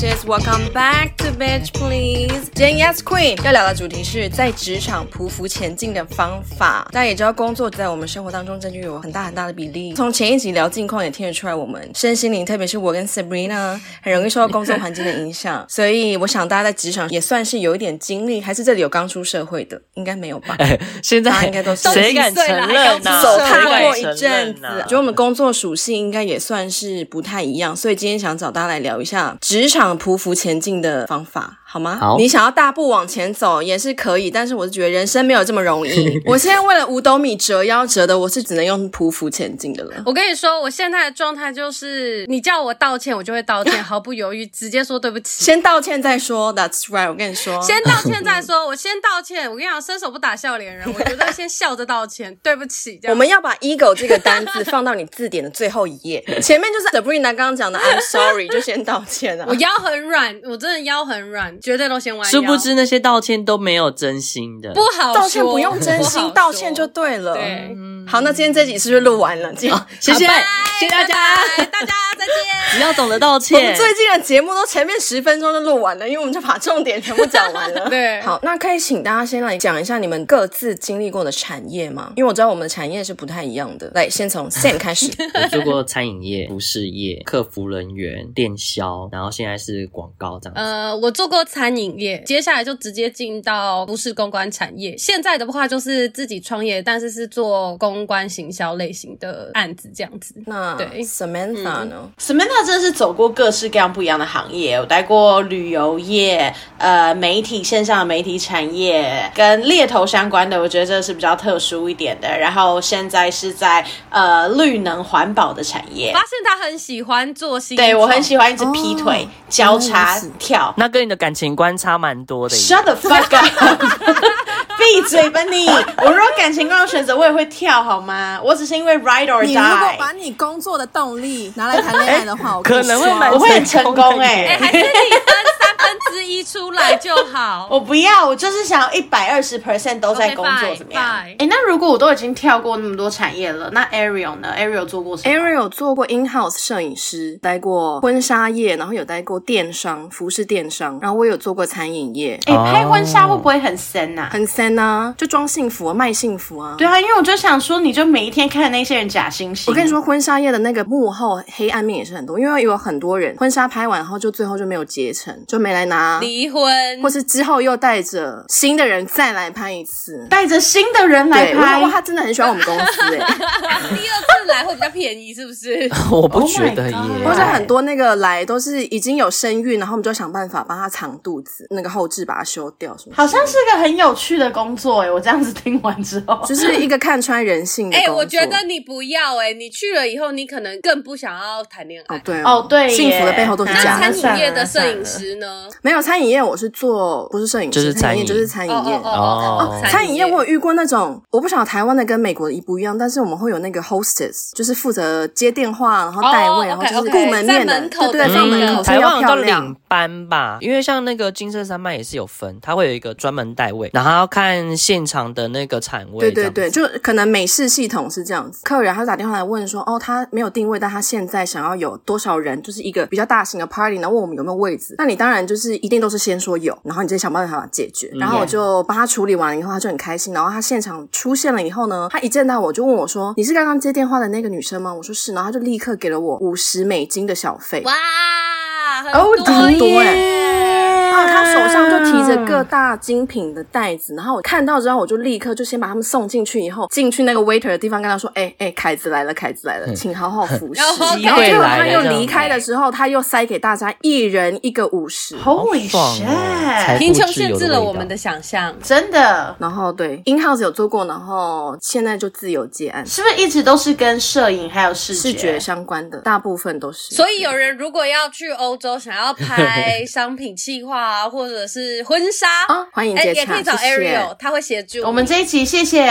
bitches, welcome back to Bitch Please. 今天 Yes Queen 要聊的主题是在职场匍匐前进的方法。大家也知道，工作在我们生活当中占据有很大的比例。从前一集聊近况也听得出来，我们身心灵，特别是我跟 Sabrina 很容易受到工作环境的影响。所以我想大家在职场也算是有一点经历，还是这里有刚出社会的？应该没有吧？ 现在应该都是谁敢承认呢？ 手踏过一阵子，觉得我们工作属性应该也算是不太一样，所以今天想找大家来聊一下职场匍匐前进的方法，好吗？ 好， 你想要大步往前走也是可以，但是我是觉得人生没有这么容易。我现在为了5斗米折腰折的，我是只能用匍匐前进的了。 我跟你说，我现在的状态就是你叫我道歉我就会道歉，毫不犹豫直接说对不起， 先道歉再说。 That's right， 我跟你说先道歉再说。我先道歉，我跟你讲，伸手不打笑脸人，我觉得先笑着道歉对不起这样。 我们要把 ego 这个单字放到你字典的最后一页，前面就是 Sabrina 刚刚讲的 I'm sorry 就先道歉啊。 我腰很软，我真的腰很软，绝对都先弯腰。 殊不知那些道歉都没有真心的， 不好说， 道歉不用真心，道歉就对了。 对， 好，那今天这集是不是录完了？谢谢， 谢谢大家， 大家再见。 只要懂得道我歉。 们最近的节目都前面10分钟就录完了，因为我们就把重点全部讲完了。 对， 好，那可以请大家先来讲一下你们各自经历过的产业吗？因为我知道我们的产业是不太一样的。来，先从 Sam 开始。 我做过餐饮业、服饰业、客服人员、电销，然后现在是广告这样子。 我做过餐饮业，接下来就直接进到服饰公关产业。现在的话就是自己创业，但是做公关行销类型的案子这样子。 那对 Samantha 呢 ？Samantha 真的是走过各式各样不一样的行业，我待过旅游业、媒体线上的媒体产业，跟猎头相关的，我觉得这是比较特殊一点的。然后现在是在绿能环保的产业。 发现他很喜欢做新创， 对，我很喜欢一直劈腿、交叉跳。 那跟你的感情观差蛮多的。 Shut the fuck up！ 闭嘴吧你！我如果感情观有选择，我也会跳好吗？我只是因为 ride or die。 你如果把你工作的动力拿来谈恋爱的话，我可能会我会很成功还是你分1/3出来就好。 我不要，我就是想要120% 都在工作，怎么样？那如果我都已经跳过那么多产业了，那 Ariel 呢 ？Ariel 做过什么 ？Ariel 做过 in-house 摄影师，待过婚纱业，然后有待过电商、服饰电商，然后我有做过餐饮业。 拍婚纱会不会很深啊？ 很深啊，就装幸福啊，卖幸福啊。 对啊，因为我就想说，你就每一天看那些人假惺惺。 我跟你说，婚纱业的那个幕后黑暗面也是很多，因为有很多人婚纱拍完后就最后就没有结成，就没来拿离婚， 或是之后又带着新的人再来拍一次， 带着新的人来拍。 哇，他真的很喜欢我们公司第二次来会比较便宜，是不是？ 我不觉得耶。 或者很多那个来都是已经有身孕，然后我们就想办法帮他藏肚子，那个后置把它修掉什么。 好像是个很有趣的工作我这样子听完之后， 就是一个看穿人性的工作。 我觉得你不要你去了以后，你可能更不想要谈恋爱。 对， 幸福的背后都是假的。 那餐饮业的摄影师呢？ 没有，餐饮业我是做不是摄影师， 就是餐饮， 就是餐饮业。 餐饮业我有遇过那种，我不晓得台湾的跟美国的不一样，但是我们会有那个 hostess， 就是负责接电话，然后带位，然后就是顾门面的，对，放门口， 台湾都领班吧，因为像那个金色山脉也是有分，它会有一个专门带位，然后要看现场的那个产位。 对，就可能美式系统是这样子，客人他打电话来问说，他没有定位，但他现在想要有多少人，就是一个比较大型的 party， 然后问我们有没有位置，那你当然就是一定都是先说有，然后你再想办法解决，然后我就帮他处理完了以后，他就很开心，然后他现场出现了以后呢，他一见到我就问我说，你是刚刚接电话的那个女生吗？我说是，然后他就立刻给了我$50的小费。 哇， 很多他手上就提着各大精品的袋子，然后我看到之后，我就立刻就先把他们送进去，以后进去那个 waiter 的地方跟他说，凯子来了，请好好服侍。然后他又离开的时候，他又塞给大家1人一个50。 Holy shit！ 贫穷限制了我们的想象， 真的。 然后对 in-house 有做过，然后现在就自由接案。 是不是一直都是跟摄影还有视觉相关的？大部分都是。 所以有人如果要去欧洲，想要拍商品企划啊，或者是婚纱欢迎接洽， 也可以找 Ariel， 他会协助。 我们这一集谢谢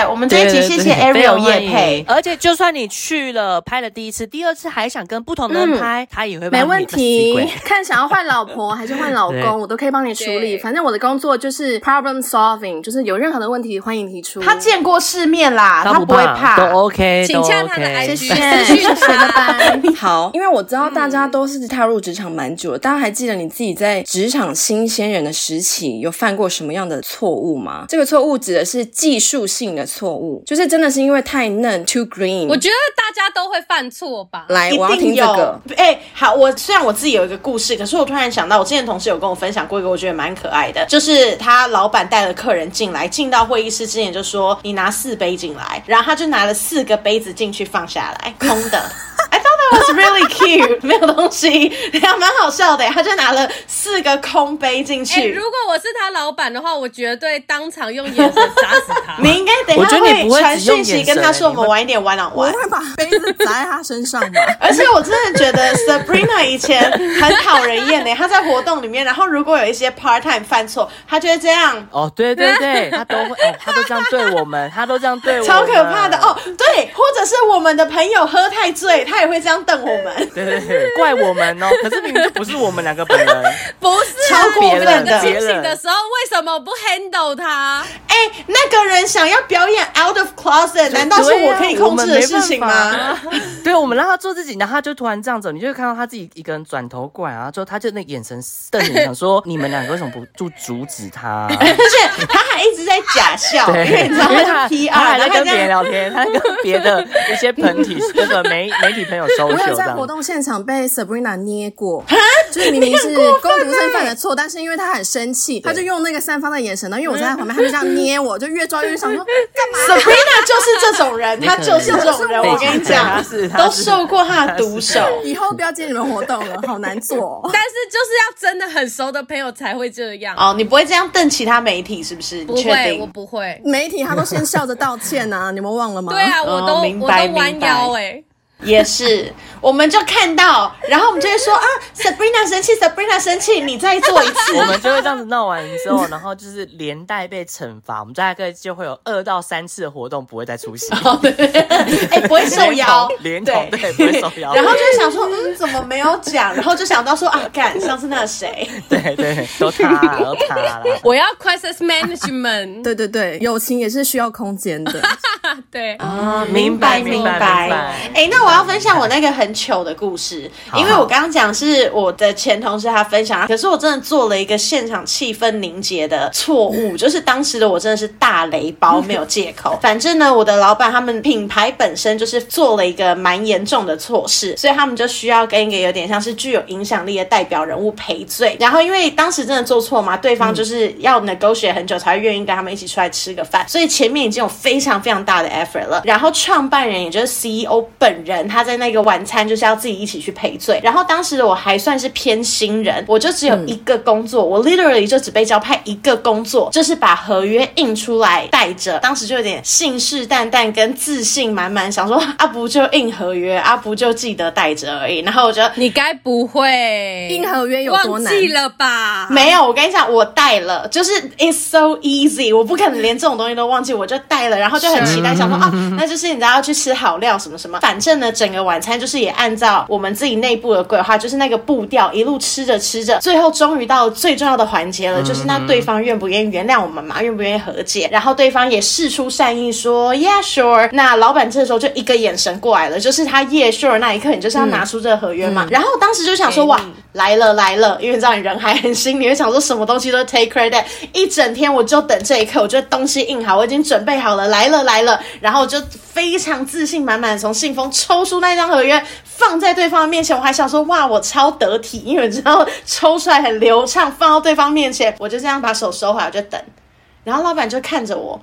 Ariel 业配， 而且就算你去了拍了第一次、第二次还想跟不同的人拍，他也会帮你。 没问题，看想要换老婆还是换老公，我都可以帮你处理。反正我的工作就是 problem solving， 就是有任何的问题欢迎提出。 他见过世面啦，他不会怕， 都 OK， 请洽他的 IG， 谢谢，拜拜。好，因为我知道大家都是踏入职场蛮久了，大家还记得你自己在职场新鲜人的时期有犯过什么样的错误吗？这个错误指的是技术性的错误，就是真的是因为太嫩 too green。 我觉得大家都会犯错吧。 来，我要听这个。 好，虽然我自己有一个故事，可是我突然想到，我之前同事有跟我分享过一个我觉得蛮可爱的，就是他老板带了客人进来，进到会议室之前就说你拿4杯进来，然后他就拿了4个杯子进去放下来，空的。I thought that was really cute， 没有东西，蛮好笑的。他就拿了4个空杯进去。 如果我是他老板的话，我绝对当场用眼神砸死他。 你应该等一下会传讯息跟他说，我们晚一点玩。 我会把杯子砸在他身上吧。 而且我真的觉得 Sabrina 以前很讨人厌的，他在活动里面，然后如果有一些 part time 犯错，他就会这样。 对，他都会他都这样对我们，他都这样对我们， 超可怕的对，或者是我们的朋友喝太醉，他也会这样瞪我们。 对，怪我们可是明明就不是我们2个本人， 不是超过分的。 清醒的时候为什么不 handle 他？ 那个人想要表演 out of closet， 难道是我可以控制的事情吗？ 对，我们让他做自己，然后他就突然这样子，你就会看到他自己一个人转头过来，然后他就那眼神瞪你，想说你们2个为什么不阻止他？ 而且他还一直在假笑，因为你知道他就 PR， 他还在跟别人聊天，他跟别的一些那个媒体朋友收秀。 我有在活动现场被 Sabrina 捏过，就是明明是工读生犯的错，但是因为他很生气，他就用那个散发的眼神呢，因为我在他旁边，他就这样捏我，就越抓越想说干嘛 ？Sabrina 就是这种人，他就是这种人，我跟你讲，都受过他的毒手。 以后不要接你们活动了，好难做。 但是就是要真的很熟的朋友才会这样。 你不会这样瞪其他媒体是不是？ 不会，我不会。 媒体他都先笑着道歉啊，你们忘了吗？ 对啊，我都弯腰也是，我们就看到，然后我们就会说Sabrina 生气 ，Sabrina 生气，你再做一次。 我们就会这样子闹完之后，然后就是连带被惩罚，我们大概就会有2到3次的活动不会再出席。 不会受邀， 连同对，不会受邀。 然后就会想说，怎么没有讲？然后就想到说上次那个谁， 对，都他了。 我要 crisis management。 对，友情也是需要空间的。 对明白。那我要分享我那个很糗的故事，因为我刚刚讲是我的前同事他分享，可是我真的做了一个现场气氛凝结的错误，就是当时的我真的是大雷包，没有借口。反正呢，我的老板他们品牌本身就是做了一个蛮严重的错事，所以他们就需要跟一个有点像是具有影响力的代表人物赔罪。然后因为当时真的做错嘛，对方就是要 negotiate 很久才会愿意跟他们一起出来吃个饭，所以前面已经有非常非常大的 effort 了。然后创办人也就是 CEO 本人，他在那个晚餐就是要自己一起去赔罪。然后当时我还算是偏新人，我就只有一个工作，我 literally 就只被交派一个工作，就是把合约印出来带着。当时就有点信誓旦旦跟自信满满，想说不就印合约，不就记得带着而已。然后我就你该不会印合约有多难？ 忘记了吧？ 没有，我跟你讲，我带了，就是 it's so easy， 我不可能连这种东西都忘记，我就带了，然后就很期待，想说那就是你知道要去吃好料什么什么。反正呢，整个晚餐就是也按照我们自己内部的规划，就是那个步调一路吃着吃着，最后终于到最重要的环节了，就是那对方愿不愿意原谅我们嘛，愿不愿意和解。然后对方也释出善意说 yeah sure， 那老板这时候就一个眼神过来了，就是他 yeah sure 那一刻，你就是要拿出这个合约嘛。然后当时就想说哇，来了，因为你知道你人还很新，你会想说什么东西都 take credit， 一整天我就等这一刻，我就东西印好，我已经准备好了，来了，然后我就非常自信满满从信封抽出那张合约放在对方的面前，我还想说哇我超得体，因为你知道抽出来很流畅，放到对方面前，我就这样把手收回来，我就等。然后老板就看着我，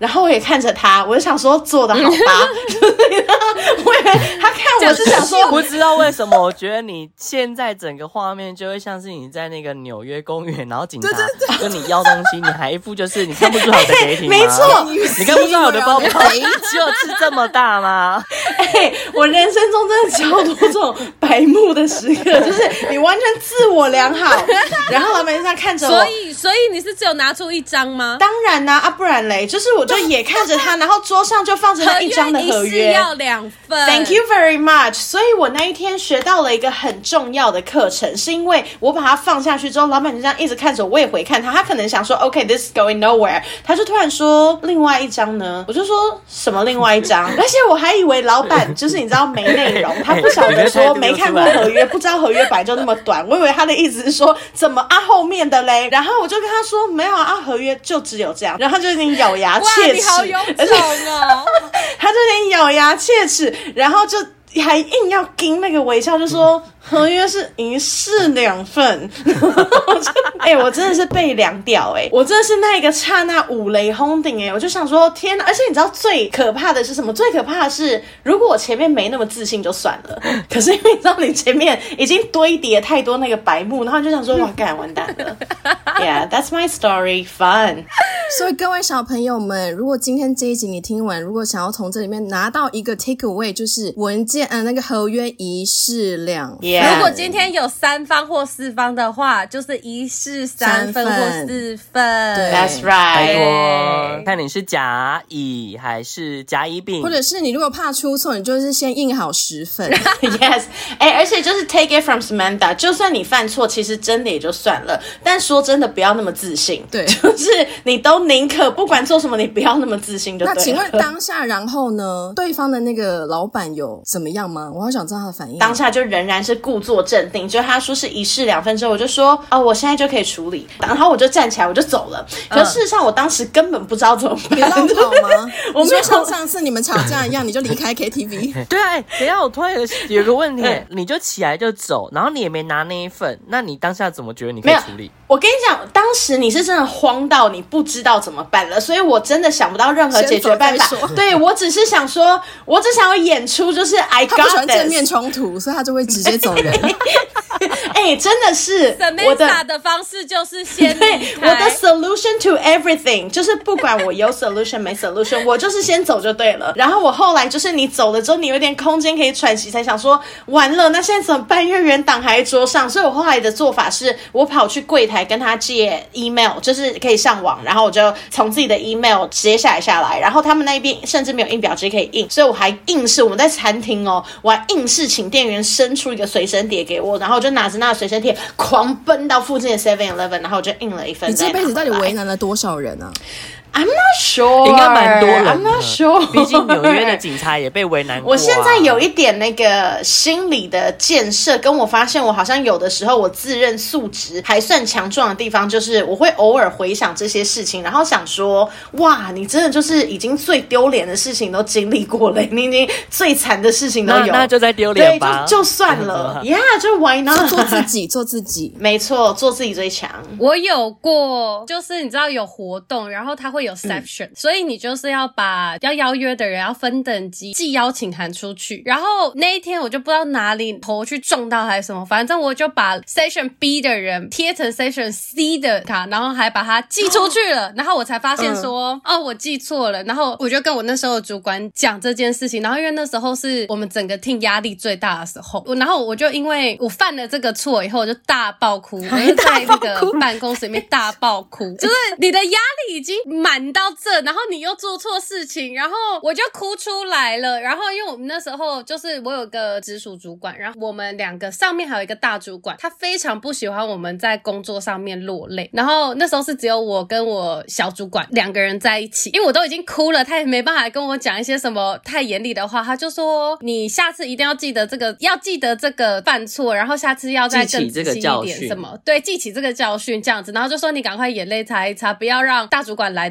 然后我也看着他，我就想说做得好吧我以为他看我是想说不知道为什么我觉得你现在整个画面就会像是你在那个纽约公园，然后警察跟你要东西，你还一副就是你看不出来我的给体吗？ 没错， 你看不出来我的包包就是这么大吗？ 我人生中真的超多这种白目的时刻，就是你完全自我良好，然后老板就这样看着我。 所以你是只有拿出一张吗？ 当然啦，不然嘞，就是我就也看着他，然后桌上就放着那一张的合约， 要2份。 Thank you very much。所以我那一天学到了一个很重要的课程，是因为我把它放下去之后，老板就这样一直看着我，也回看他，他可能想说 OK this is going nowhere， 他就突然说另外一张呢，我就说什么另外一张，而且我还以为老板就是你知道没内容，他不晓得说没看过合约，不知道合约本来就那么短，我以为他的意思是说怎么后面的嘞，然后我就跟他说没有合约就只有这样，然后他就有点咬牙切齿， 哇，你好臃肿哦他就有点咬牙切齿，然后就还硬要盯那个微笑，就说合约是1式2份我真的是被凉掉我真的是那一个刹那五雷轰顶我就想说天哪，而且你知道最可怕的是什么？最可怕的是如果我前面没那么自信就算了，可是因为你知道你前面已经堆叠太多那个白目，然后你就想说哇干完蛋了Yeah, that's my story, fun 所以各位小朋友们，如果今天这一集你听完，如果想要从这里面拿到一个 take away， 就是文件那个合约1式2份。 Yeah. 如果今天有3方或4方的话，就是1式3份或4份。 对 That's 拜 right 托，看你是甲乙还是甲乙丙， 或者是你如果怕出错，你就是先印好10份。 Yes， 而且就是 take it from Samantha， 就算你犯错，其实真的也就算了，但说真的，不要那么自信。 对， 就是你都宁可不管做什么，你不要那么自信就对了。 那请问当下，然后呢？对方的那个老板有怎么样吗？我好想知道他的反应。 当下就仍然是故作镇定，就他说是1式2份之后，我就说我现在就可以处理，然后我就站起来我就走了。可是事实上我当时根本不知道怎么办。 你绕跑吗？ 我没有像上次你们吵架一样，你就离开 KTV。 对啊，等一下我突然有个问题，你就起来就走，然后你也没拿那一份，那你当下怎么觉得你可以处理？ 我跟你讲，当时你是真的慌到你不知道怎么办了，所以我真的想不到任何解决办法。对，我只是想说，我只想要演出，就是 I got this。 他不喜欢正面冲突，所以他就会直接走人。 真的是我的方式就是先离开。 我的 solution to everything 就是不管我有 solution 没 solution， 我就是先走就对了。然后我后来就是你走了之后，你有点空间可以喘息，才想说完了，那现在怎么办？月圆档还在桌上，所以我后来的做法是我跑去柜台跟他借 email， 就是可以上网，然后我就从自己的 email 直接下来，然后他们那边甚至没有印表机可以印，所以我还硬是我们在餐厅我还硬是请店员伸出一个随身碟给我，然后我就拿着那个随身碟狂奔到附近的 7-Eleven， 然后我就印了一份。 你这辈子到底为难了多少人啊 ？I'm not sure， 应该蛮多人的。 I'm not sure， 毕竟纽约的警察也被为难过。 我现在有一点那个心理的建设，跟我发现我好像有的时候我自认素质还算强壮的地方，就是我会偶尔回想这些事情，然后想说，哇，你真的就是已经最丢脸的事情都经历过了，你已经最惨的事情都有， 那就再丢脸吧， 对，就算了，Yeah， 就 Why not？ 做自己，做自己， 没错，做自己最强。 我有过，就是你知道有活动，然后他会有 section，所以你就是要把要邀约的人要分等级寄邀请函出去。然后那一天我就不知道哪里头去撞到还是什么，反正我就把 section B 的人贴成 section C 的卡，然后还把它寄出去了。然后我才发现说我记错了。然后我就跟我那时候的主管讲这件事情，然后因为那时候是我们整个 team 压力最大的时候，然后我就因为我犯了这个错以后，我就大爆哭，我就在那个办公室里面大爆哭，就是你的压力已经满到这，然后你又做错事情，然后我就哭出来了。然后因为我们那时候就是我有个直属主管，然后我们2个上面还有一个大主管，他非常不喜欢我们在工作上面落泪。然后那时候是只有我跟我小主管2个人在一起，因为我都已经哭了，他也没办法跟我讲一些什么太严厉的话，他就说你下次一定要记得这个犯错，然后下次要再更仔细一点什么，对，记起这个教训这样子。然后就说你赶快眼泪擦一擦，不要让大主管来的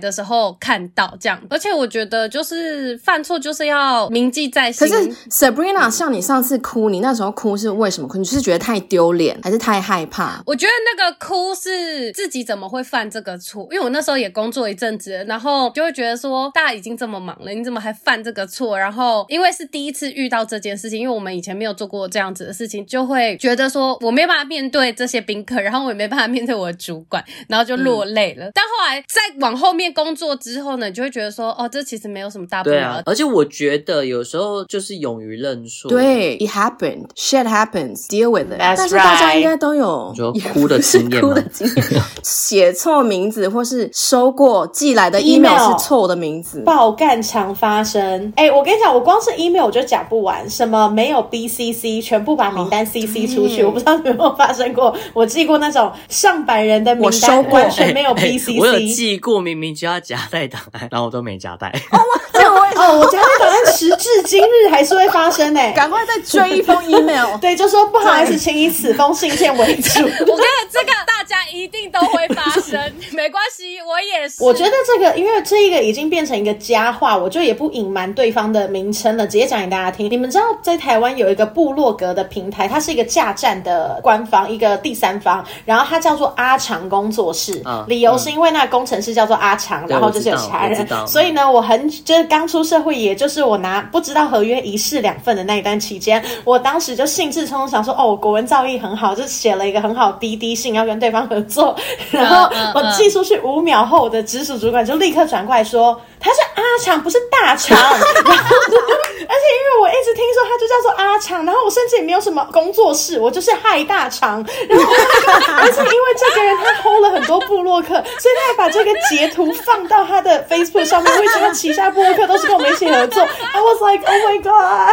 的时候看到这样。而且我觉得就是犯错就是要铭记在心。 可是 Sabrina 像你上次哭，你那时候哭是为什么哭？你是觉得太丢脸还是太害怕？ 我觉得那个哭是自己怎么会犯这个错，因为我那时候也工作一阵子了，然后就会觉得说大家已经这么忙了，你怎么还犯这个错？然后因为是第一次遇到这件事情，因为我们以前没有做过这样子的事情，就会觉得说我没办法面对这些宾客，然后我也没办法面对我的主管，然后就落泪了。但后来再往后面工作之后呢，你就会觉得说这其实没有什么大不了的。 对啊，而且我觉得有时候就是勇于认错。 对 ，it happened, shit happens, deal with it。 That's 但是大家应该都有就哭的经验吗？ 哭的经验，写错名字或是收过寄来的 email 是错的名字， 爆干常发生。我跟你讲，我光是 email 我就讲不完，什么没有 BCC， 全部把名单 CC 出去。我不知道你有没有发生过，我寄过那种上百人的名单， 我收过完全没有 BCC。 我有寄过，明明就要夹带档案，然后我都没夹带。 我夹带档案时至今日还是会发生赶快再追一封 email。 对，就说不好意思，请以此封信件为主。 我跟你讲，这个大家一定都会发生，没关系，我也是。 我觉得这个，因为这一个已经变成一个佳话，我就也不隐瞒对方的名称了，直接讲给大家听。你们知道，在台湾有一个部落格的平台，它是一个架站的官方，一个第三方，然后它叫做阿长工作室。理由是因为那个工程师叫做阿长，然后就是有其他人，所以呢，就是刚出社会，也就是我拿不知道合约1式2份的那一段期间，我当时就兴致冲冲想说，我国文造诣很好，就写了一个很好滴信要跟对方合作，然后我寄出去5秒后，我的直属主管就立刻转过来说，他是阿长不是大长。然后而且因为我一直听说他就叫做阿长，然后我甚至也没有什么工作室，我就是害大长。然后而且因为这个人他 hold 了很多部落客，所以他还把这个截图放到他的 Facebook 上面，因为他旗下部落客都是跟我们一起合作。I was like, oh my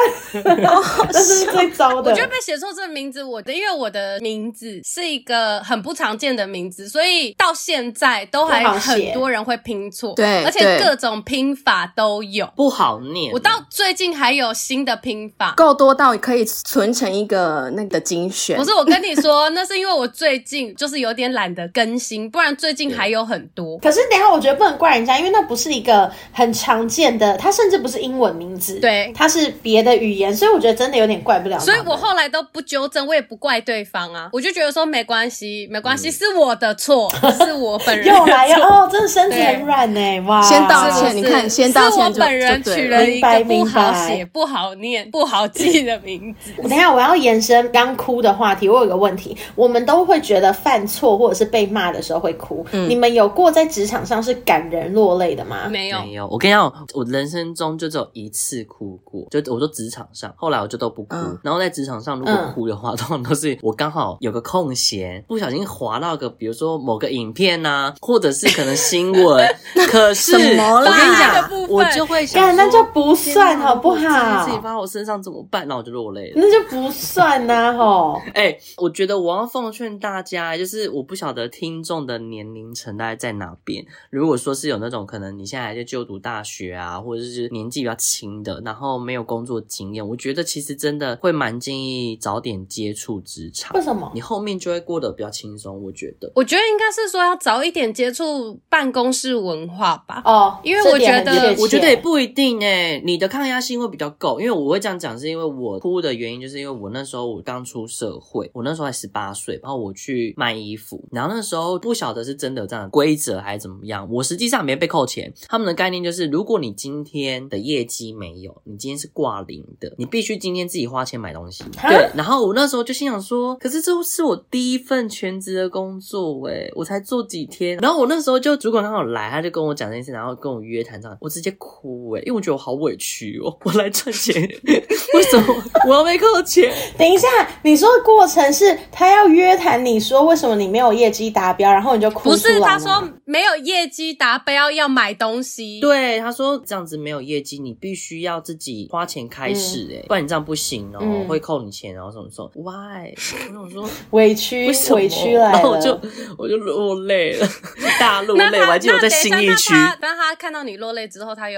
god， 这是最糟的。 我觉得被写错这个名字，因为我的名字是一个很不常见的名字，所以到现在都还很多人会拼错， 对， 而且各种拼法都有， 不好念。 我到最近还有新的拼法， 够多到可以存成一个那个精选。 不是，我跟你说，那是因为我最近就是有点懒得更新，不然最近还有很多。 可是等一下，我觉得不能怪人家，因为那不是一个很常见的，它甚至不是英文名字， 对， 它是别的语言，所以我觉得真的有点怪不了他们。 所以我后来都不纠正，我也不怪对方啊，我就觉得说没关系，是我的错，是我本人的错。 又来真的身子很软欸，哇！ 先道歉，你看，先道歉是我本人取了一个不好写、不好念、不好记的名字。 等一下，我要延伸刚哭的话题。我有一个问题，我们都会觉得犯错或者是被骂的时候会哭。你们有过在职场上是感人落泪的吗？ 没有。 我跟你讲，我人生中就只有一次哭过，就我说职场上，后来我就都不哭。然后在职场上如果哭的话，通常都是我刚好有个空闲，不小心滑到个比如说某个影片啊，或者是可能新闻。可是我跟你讲，我就会想说， 那就不算好不好？ 自己发到我身上怎么办？那我就落泪了。 那就不算啊吼。 我觉得我要奉劝大家，就是我不晓得听众的年龄层大概在哪边。如果说是有那种可能你现在还在就读大学啊，或者是年纪比较轻的，然后没有工作经验，我觉得其实真的会蛮建议早点接触职场。 为什么？ 你后面就会过得比较轻松。我觉得应该是说要早一点接触办公室文化吧。因为我觉得也不一定你的抗压性会比较够。因为我会这样讲，是因为我哭的原因，就是因为我那时候我刚出社会，我那时候才18岁，然后我去卖衣服，然后那时候不晓得是真的有这样的规则还是怎么样，我实际上没被扣钱。他们的概念就是，如果你今天的业绩没有，你今天是挂零的，你必须今天自己花钱买东西。对，然后我那时候就心想说，可是这是我第一份全职的工作我才做几天。然后我那时候就主管刚好来，他就跟我讲这件事，然后跟我约谈上，我直接哭因为我觉得我好委屈我来赚钱为什么我要被扣钱？ 等一下，你说的过程是他要约谈你说为什么你没有业绩达标，然后你就哭出来吗？ 不是，他说没有业绩达标要买东西。 对，他说这样子没有业绩，你必须要自己花钱开始不然你这样不行会扣你钱，然后什么说 why？ 我想说委屈来了， 然后我就落泪了，大落泪。我还记得我在信义区。 当他看到你落泪之后，他有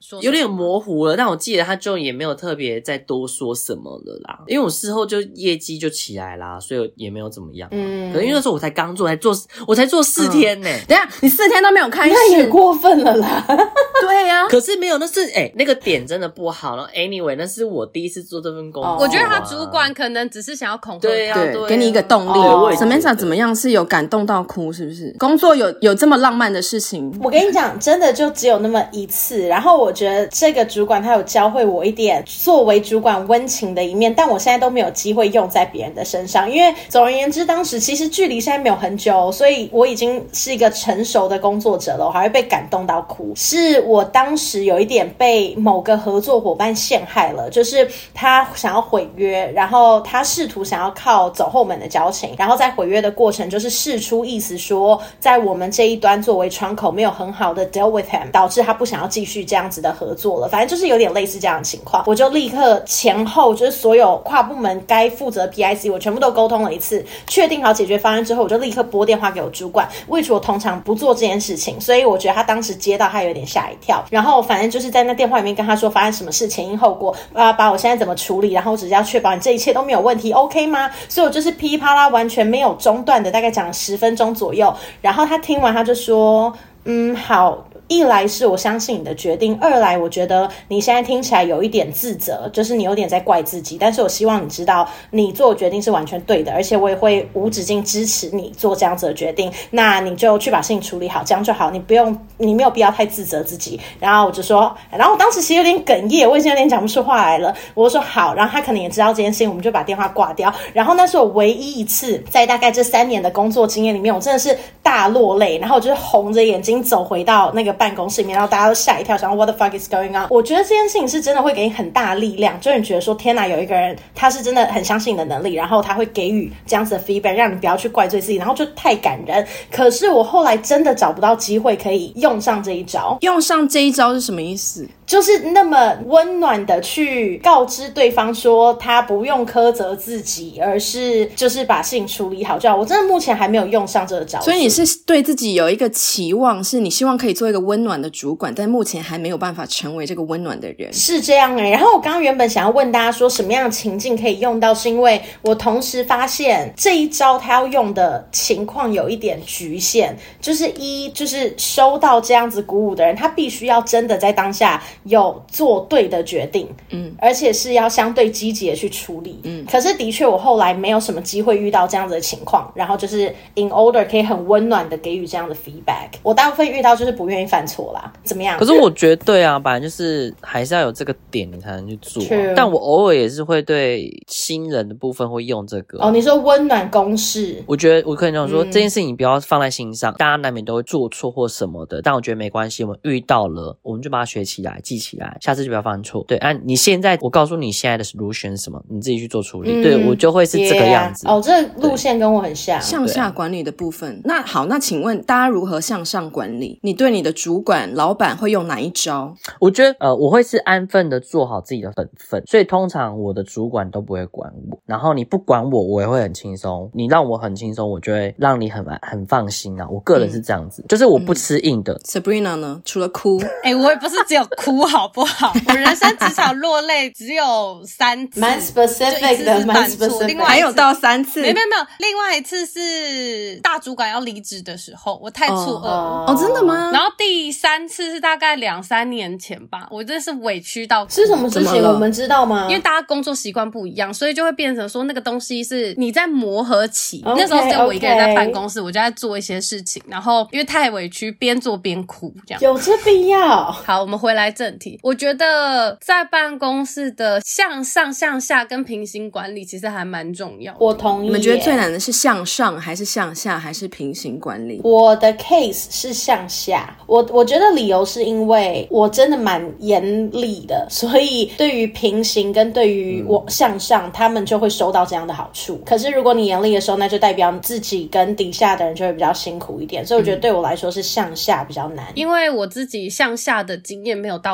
说有点模糊了，但我记得他就也没有特别再多说什么了啦。因为我事后就业绩就起来啦，所以也没有怎么样。可是因为那时候我才刚做，我才做4天呢。 等一下你4天都没有开始， 那也过分了啦。 对呀、 可是没有，那是那个点真的不好。然后 anyway， 那是我第一次做这份工作。 我觉得他主管可能只是想要恐吓他， 对，给你一个动力。Samantha 怎么样？是有感动到哭是不是？工作有这么浪漫的事情？ 我跟你讲，真的就只有那么一次。然后我觉得这个主管他有教会我一点作为主管温情的一面，但我现在都没有机会用在别人的身上。因为总而言之，当时其实距离现在没有很久，所以我已经是一个成熟的工作者了，我还会被感动到哭。是我当时有一点被某个合作伙伴陷害了，就是他想要毁约，然后他试图想要靠走后门的交情，然后在毁约的过程就是释出意思说，在我们这一端作为窗口没有很好的 deal with him， 导致他不想要继续这样子的合作了。反正就是有点类似这样的情况，我就立刻前后就是所有跨部门该负责 PIC 我全部都沟通了一次，确定好解决方案之后，我就立刻拨电话给我主管，which我通常不做这件事情，所以我觉得他当时接到他有点吓一跳。然后反正就是在那电话里面跟他说发生什么事，前因后果，把我现在怎么处理，然后我只是要确保你这一切都没有问题 OK 吗？所以我就是噼里啪啦完全没有中断的大概讲了10分钟左右。然后他听完他就说好，一来是我相信你的决定，二来我觉得你现在听起来有一点自责，就是你有点在怪自己，但是我希望你知道你做的决定是完全对的，而且我也会无止境支持你做这样子的决定，那你就去把事情处理好，这样就好，你没有必要太自责自己。然后我就说，然后我当时其实有点哽咽，我已经有点讲不出话来了，我就说好，然后他可能也知道这件事情，我们就把电话挂掉。然后那是我唯一一次在大概这3年的工作经验里面，我真的是大落泪，然后我就是红着眼睛走回到那个办公室里面，然后大家都吓一跳，想说 what the fuck is going on。 我觉得这件事情是真的会给你很大的力量，就是你觉得说天哪，有一个人他是真的很相信你的能力，然后他会给予这样子的 feedback， 让你不要去怪罪自己，然后就太感人。可是我后来真的找不到机会可以用上这一招。 用上这一招是什么意思？ 就是那么温暖的去告知对方说他不用苛责自己，而是就是把事情处理好就好。我真的目前还没有用上这个招数。 所以你是对自己有一个期望，是你希望可以做一个温暖的主管，但目前还没有办法成为这个温暖的人。 是这样然后我刚刚原本想要问大家说什么样的情境可以用到，是因为我同时发现这一招他要用的情况有一点局限，就是就是收到这样子鼓舞的人，他必须要真的在当下有做对的决定，而且是要相对积极的去处理，可是的确我后来没有什么机会遇到这样子的情况，然后就是 in order 可以很温暖的给予这样的 feedback， 我大部分遇到就是不愿意犯错啦，怎么样？ 可是我觉得对啊，本来就是还是要有这个点你才能去做但我偶尔也是会对新人的部分会用这个你说温暖公式， 我觉得我可以这样说，这件事情你不要放在心上，大家难免都会做错或什么的，但我觉得没关系，我们遇到了我们就把它学起来记起来，下次就不要犯错。对你现在我告诉你现在的 solution 是什么，你自己去做处理，对我就会是这个样子。 这路线跟我很像， 向下管理的部分。那好，那请问大家如何向上管理？你对你的主管老板会用哪一招？ 我觉得我会是安分的做好自己的本分，所以通常我的主管都不会管我，然后你不管我，我也会很轻松，你让我很轻松，我就会让你很放心啊。我个人是这样子，就是我不吃硬的。 Sabrina 呢？除了哭我也不是只有哭好不好我人生职场落泪只有3次， 蛮 specific 的，蛮 specific， 还有到3次？ 没有，另外一次是大主管要离职的时候，我太错愕了。 真的吗？ 然后第3次是大概2-3年前吧，我真的是委屈到哭。 是什么事情？我们知道吗？ 因为大家工作习惯不一样，所以就会变成说那个东西是你在磨合期。那时候只有我一个人在办公室，我就在做一些事情，然后因为太委屈，边做边哭，这样有这必要？ 好，我们回来正题。我觉得在办公室的向上、向下跟平行管理其实还蛮重要的。 我同意。 你们觉得最难的是向上还是向下还是平行管理？ 我的 case 是向下，我觉得理由是因为我真的蛮严厉的，所以对于平行跟对于我向上，他们就会收到这样的好处。可是如果你严厉的时候，那就代表自己跟底下的人就会比较辛苦一点，所以我觉得对我来说是向下比较难。 因为我自己向下的经验没有到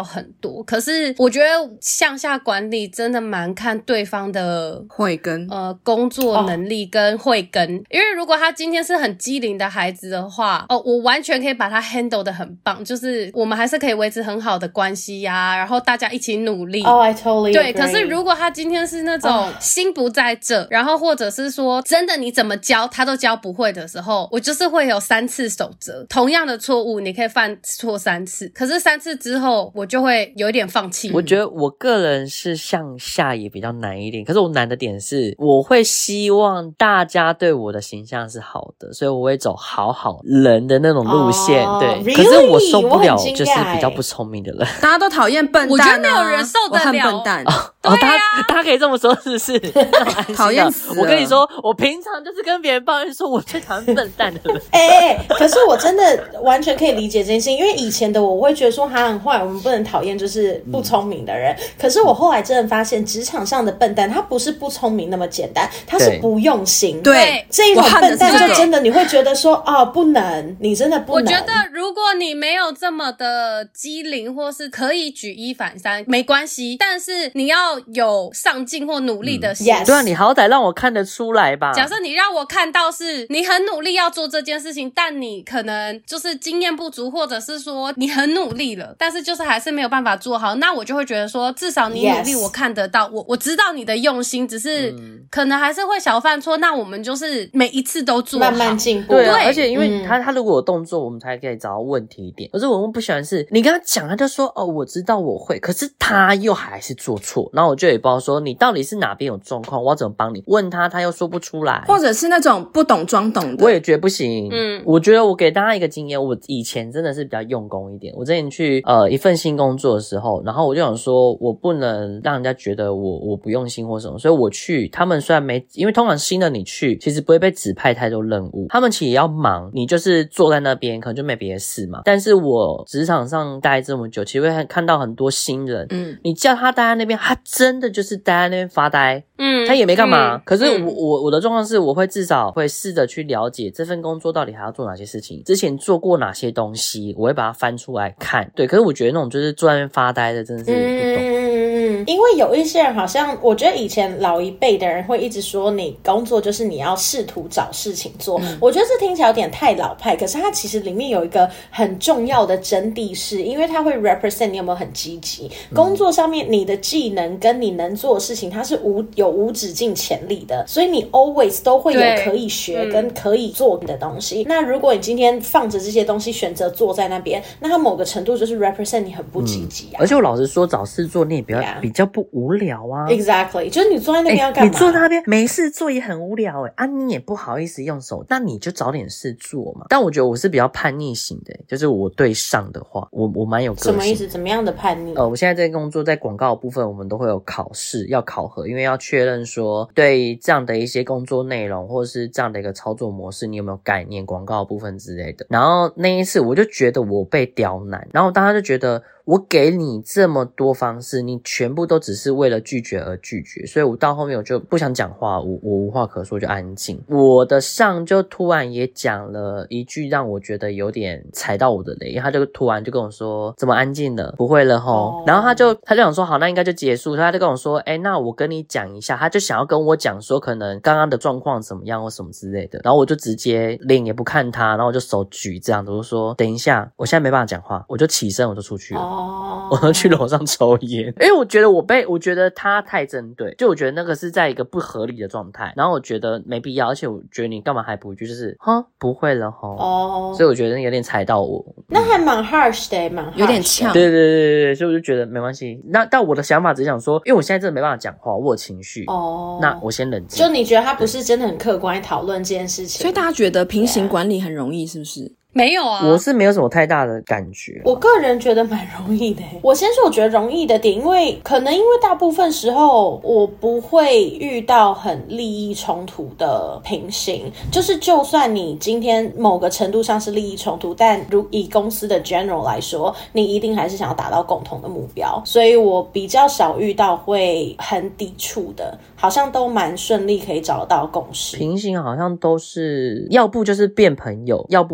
很多。可是我觉得向下管理真的蛮看对方的慧根工作能力跟慧根，因为如果他今天是很机灵的孩子的话，我完全可以把他 handle 得很棒，就是我们还是可以维持很好的关系呀，然后大家一起努力。 I totally agree。 对，可是如果他今天是那种心不在这，然后或者是说真的你怎么教他都教不会的时候，我就是会有3次守则，同样的错误你可以犯错3次，可是3次之后我就会有一点放弃。 我觉得我个人是向下也比较难一点，可是我难的点是我会希望大家对我的形象是好的，所以我会走好人的那种路线。对，可是我受不了就是比较不聪明的人。 大家都讨厌笨蛋， 我觉得没有人受得了我恨笨蛋。 对啊， 大家可以这么说是不是？ 讨厌死了。 我跟你说，我平常就是跟别人抱怨说我最讨厌笨蛋的人。 可是我真的完全可以理解这件事情，因为以前的我会觉得说他很坏，我们不能讨厌就是不聪明的人。可是我后来真的发现，职场上的笨蛋他不是不聪明那么简单，他是不用心。 对， 这一种笨蛋就真的你会觉得说不能，你真的不能。 我觉得如果你没有这么的机灵，或是可以举一反三，没关系，但是你要有上进或努力的心。 对啊，你好歹让我看得出来吧。 假设你让我看到是你很努力要做这件事情，但你可能就是经验不足，或者是说你很努力了，但是就是还是没有办法做好，那我就会觉得说至少你努力我看得到，我知道你的用心，只是可能还是会小犯错，那我们就是每一次都做好， 慢慢进步。 对啊，而且因为他如果有动作，我们才可以找到问题点。可是我不喜欢是你跟他讲，他就说我知道我会，可是他又还是做错，然后我就也不知道说你到底是哪边有状况，我要怎么帮你？问他又说不出来， 或者是那种不懂装懂的， 我也觉得不行。我觉得我给大家一个经验，我以前真的是比较用功一点。我之前去一份新工作的时候，然后我就想说我不能让人家觉得我不用心或什么，所以我去，他们虽然没，因为通常新的你去其实不会被指派太多任务，他们其实也要忙，你就是坐在那边可能就没别的事嘛。但是我职场上待这么久，其实会看到很多新人，你叫他待在那边，他真的就是待在那边发呆，他也没干嘛。可是我的状况是，我会至少会试着去了解这份工作到底还要做哪些事情，之前做过哪些东西，我会把它翻出来看。对，可是我觉得那种就是坐在那边发呆的真的是不懂。 因为有一些人好像，我觉得以前老一辈的人会一直说你工作就是你要试图找事情做，我觉得这听起来有点太老派，可是它其实里面有一个很重要的真谛，是因为它会 represent 你有没有很积极。工作上面你的技能跟你能做的事情，它是有无止境潜力的，所以你 always 都会有可以学跟可以做的东西。那如果你今天放着这些东西选择坐在那边，那它某个程度就是 represent 你很不积极啊。 而且我老实说，找事做你也比较不无聊啊。 Exactly， 就是你坐在那边要干嘛？ 你坐在那边没事做也很无聊你也不好意思用手，那你就找点事做嘛。但我觉得我是比较叛逆型的，就是我对上的话我蛮有个性。 什么意思？怎么样的叛逆？ 我现在在工作，在广告的部分我们都会有考试要考核，因为要确认说对这样的一些工作内容或是这样的一个操作模式你有没有概念，广告的部分之类的。然后那一次我就觉得我被刁难，然后大家就觉得我给你这么多方式，你全部都只是为了拒绝而拒绝，所以我到后面我就不想讲话，我无话可说，就安静。我的上就突然也讲了一句让我觉得有点踩到我的雷，因为他就突然就跟我说怎么安静了，不会了齁。然后他就想说好，那应该就结束，所以他就跟我说那我跟你讲一下，他就想要跟我讲说可能刚刚的状况怎么样或什么之类的。然后我就直接脸也不看他，然后我就手举这样子，我就说等一下，我现在没办法讲话，我就起身我就出去了。我就去楼上抽烟，因为我觉得我觉得他太针对，就我觉得那个是在一个不合理的状态，然后我觉得没必要，而且我觉得你干嘛还补一句就是不会了齁。所以我觉得有点踩到我， 那还蛮 harsh 的，蛮 harsh 有点呛。 对，所以我就觉得没关系。但我的想法只是想说，因为我现在真的没办法讲话，我有情绪那我先冷静。 就你觉得他不是真的很客观讨论这件事情， 所以大家觉得平行管理很容易是不是？ 没有啊， 我是没有什么太大的感觉。 我个人觉得蛮容易的。我先说我觉得容易的点，因为大部分时候我不会遇到很利益冲突的平行，就是就算你今天某个程度上是利益冲突，但如以公司的 general 来说，你一定还是想要达到共同的目标，所以我比较少遇到会很抵触的，好像都蛮顺利可以找到共识。 平行好像都是要不就是变朋友，要不就是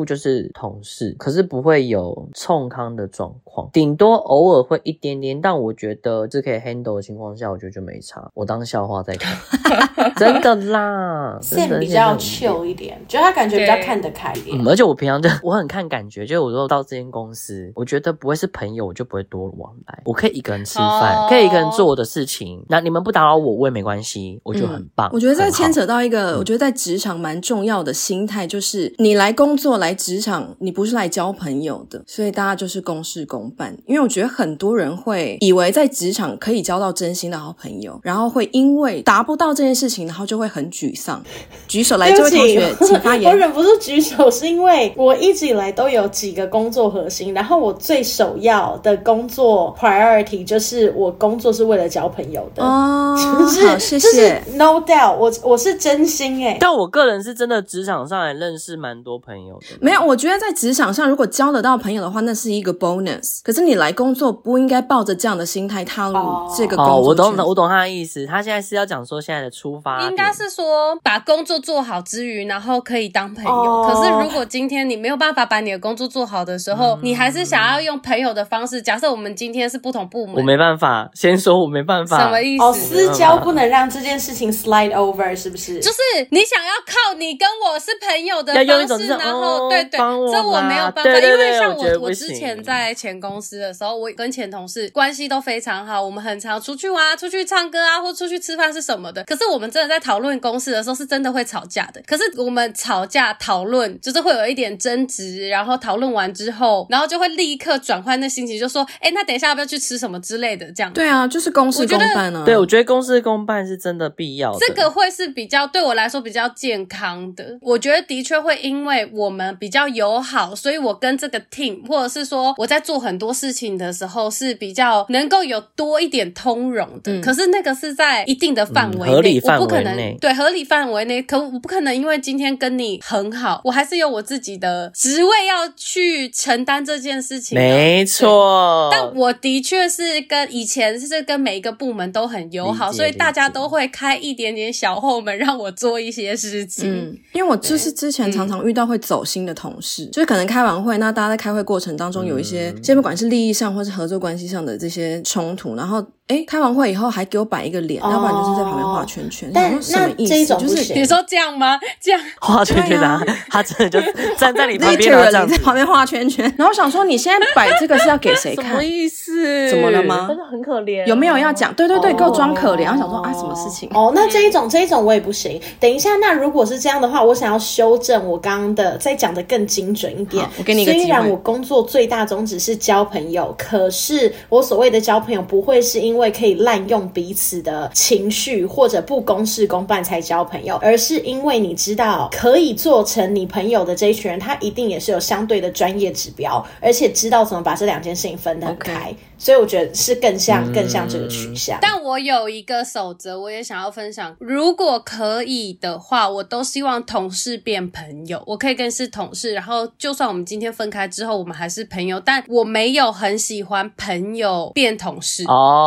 是同事，可是不会有冲康的状况，顶多偶尔会一点点，但我觉得这可以 handle 的情况下，我觉得就没差，我当笑话在看。真的啦 ，Sam 比较 chill 一点，觉得他感觉比较看得开一点。 而且我平常我很看感觉，就是我如果到这间公司，我觉得不会是朋友，我就不会多往来。我可以一个人吃饭，可以一个人做我的事情，那你们不打扰我也没关系，我觉得很棒。 我觉得这牵扯到一个，我觉得在职场蛮重要的心态，就是你来工作来职场，你不是来交朋友的，所以大家就是公事公办。因为我觉得很多人会以为在职场可以交到真心的好朋友，然后会因为达不到这件事情，然后就会很沮丧。举手来，这位同学请发言。 我忍不住举手，是因为我一直以来都有几个工作核心，然后我最首要的工作 priority 就是我工作是为了交朋友的。 哦， 就是好，谢谢。 就是 no doubt， 我是真心但我个人是真的职场上也认识蛮多朋友的。 没有，我觉得在职场上如果交得到朋友的话，那是一个 bonus。可是你来工作不应该抱着这样的心态踏入这个工作圈。 我懂他的意思。他现在是要讲说现在的出发点， 应该是说把工作做好之余，然后可以当朋友。可是如果今天你没有办法把你的工作做好的时候，你还是想要用朋友的方式。假设我们今天是不同部门， 我没办法，先说我没办法。 什么意思？ 私交不能让这件事情 slide over， 是不是？ 就是你想要靠你跟我是朋友的方式，然后对，这我没有办法。 对因为像我之前在前公司的时候，我跟前同事关系都非常好，我们很常出去玩、出去唱歌啊，或出去吃饭是什么的。可是我们真的在讨论公事的时候，是真的会吵架的。可是我们吵架讨论，就是会有一点争执，然后讨论完之后，然后就会立刻转换那心情，就说，那等一下要不要去吃什么之类的，这样。 对啊，就是公事公办啊。 对，我觉得公事公办是真的必要的。 这个会是比较对我来说比较健康的。我觉得的确会因为我们比较友好，所以我跟这个 team， 或者是说我在做很多事情的时候是比较能够有多一点通融的。可是那个是在一定的范围内， 合理范围内， 我不可能对合理范围内，可我不可能因为今天跟你很好，我还是有我自己的职位要去承担这件事情。 没错， 但我的确是跟以前是跟每一个部门都很友好，所以大家都会开一点点小后门让我做一些事情。 因为我就是之前常常遇到会走心的同事，就是可能开完会，那大家在开会过程当中有一些，不管是利益上或是合作关系上的这些冲突，然后开完会以后还给我摆一个脸，要不然就是在旁边画圈圈。 但什么意思？ 这一种就是你说这样吗？这样画圈圈啊？他真的就站在你旁边，然后这样在旁边画圈圈。然后我想说，你现在摆这个是要给谁看？ 什么意思？ 怎么了吗？ 真的很可怜。 有没有要讲？对，给我装可怜。然后想说什么事情？ 那这一种我也不行。等一下，那如果是这样的话，我想要修正我刚刚的，再讲的更精准一点。 我给你一个机会。 虽然我工作最大宗旨是交朋友，可是我所谓的交朋友不会是因为可以滥用彼此的情绪或者不公事公办才交朋友，而是因为你知道可以做成你朋友的这一群人，他一定也是有相对的专业指标，而且知道怎么把这两件事情分得很开。所以我觉得是更像这个取向。 但我有一个守则，我也想要分享。如果可以的话，我都希望同事变朋友。我可以跟是同事，然后就算我们今天分开之后，我们还是朋友，但我没有很喜欢朋友变同事。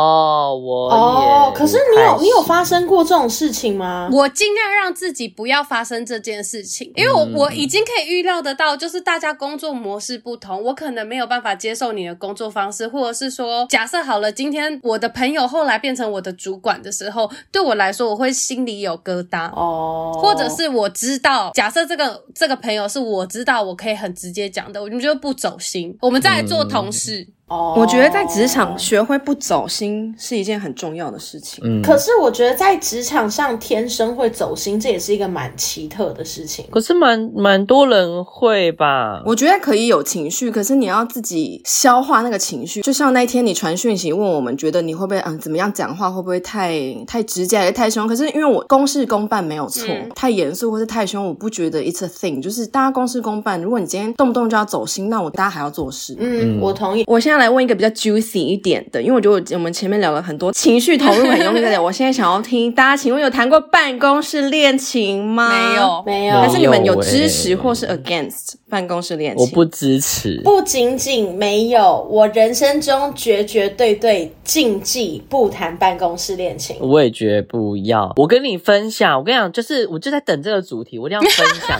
可是你有发生过这种事情吗？ 我尽量让自己不要发生这件事情，因为我已经可以预料得到，就是大家工作模式不同，我可能没有办法接受你的工作方式，或者是说假设好了，今天我的朋友后来变成我的主管的时候，对我来说我会心里有疙瘩。或者是我知道，假设这个朋友是我知道我可以很直接讲的，我们就不走心，我们再来做同事。 我觉得在职场学会不走心是一件很重要的事情。 可是我觉得在职场上天生会走心，这也是一个蛮奇特的事情。 可是蛮多人会吧？ 我觉得可以有情绪，可是你要自己消化那个情绪。就像那天你传讯息问我们，觉得你会不会怎么样讲话，会不会太直接还是太凶？可是因为我公事公办没有错，太严肃或是太凶，我不觉得 it's a thing。就是大家公事公办，如果你今天动不动就要走心，那大家还要做事。 我同意。 我现在来问一个比较 juicy 一点的，因为我觉得我们前面聊了很多情绪投入很用力的，我现在想要听大家，请问有谈过办公室恋情吗？ 没有。 还是你们有支持或是 against 办公室恋情？ 我不支持。 不仅仅没有，我人生中绝对禁忌不谈办公室恋情。 我也觉得不要。我跟你分享，我跟你讲，我就在等这个主题，我一定要分享。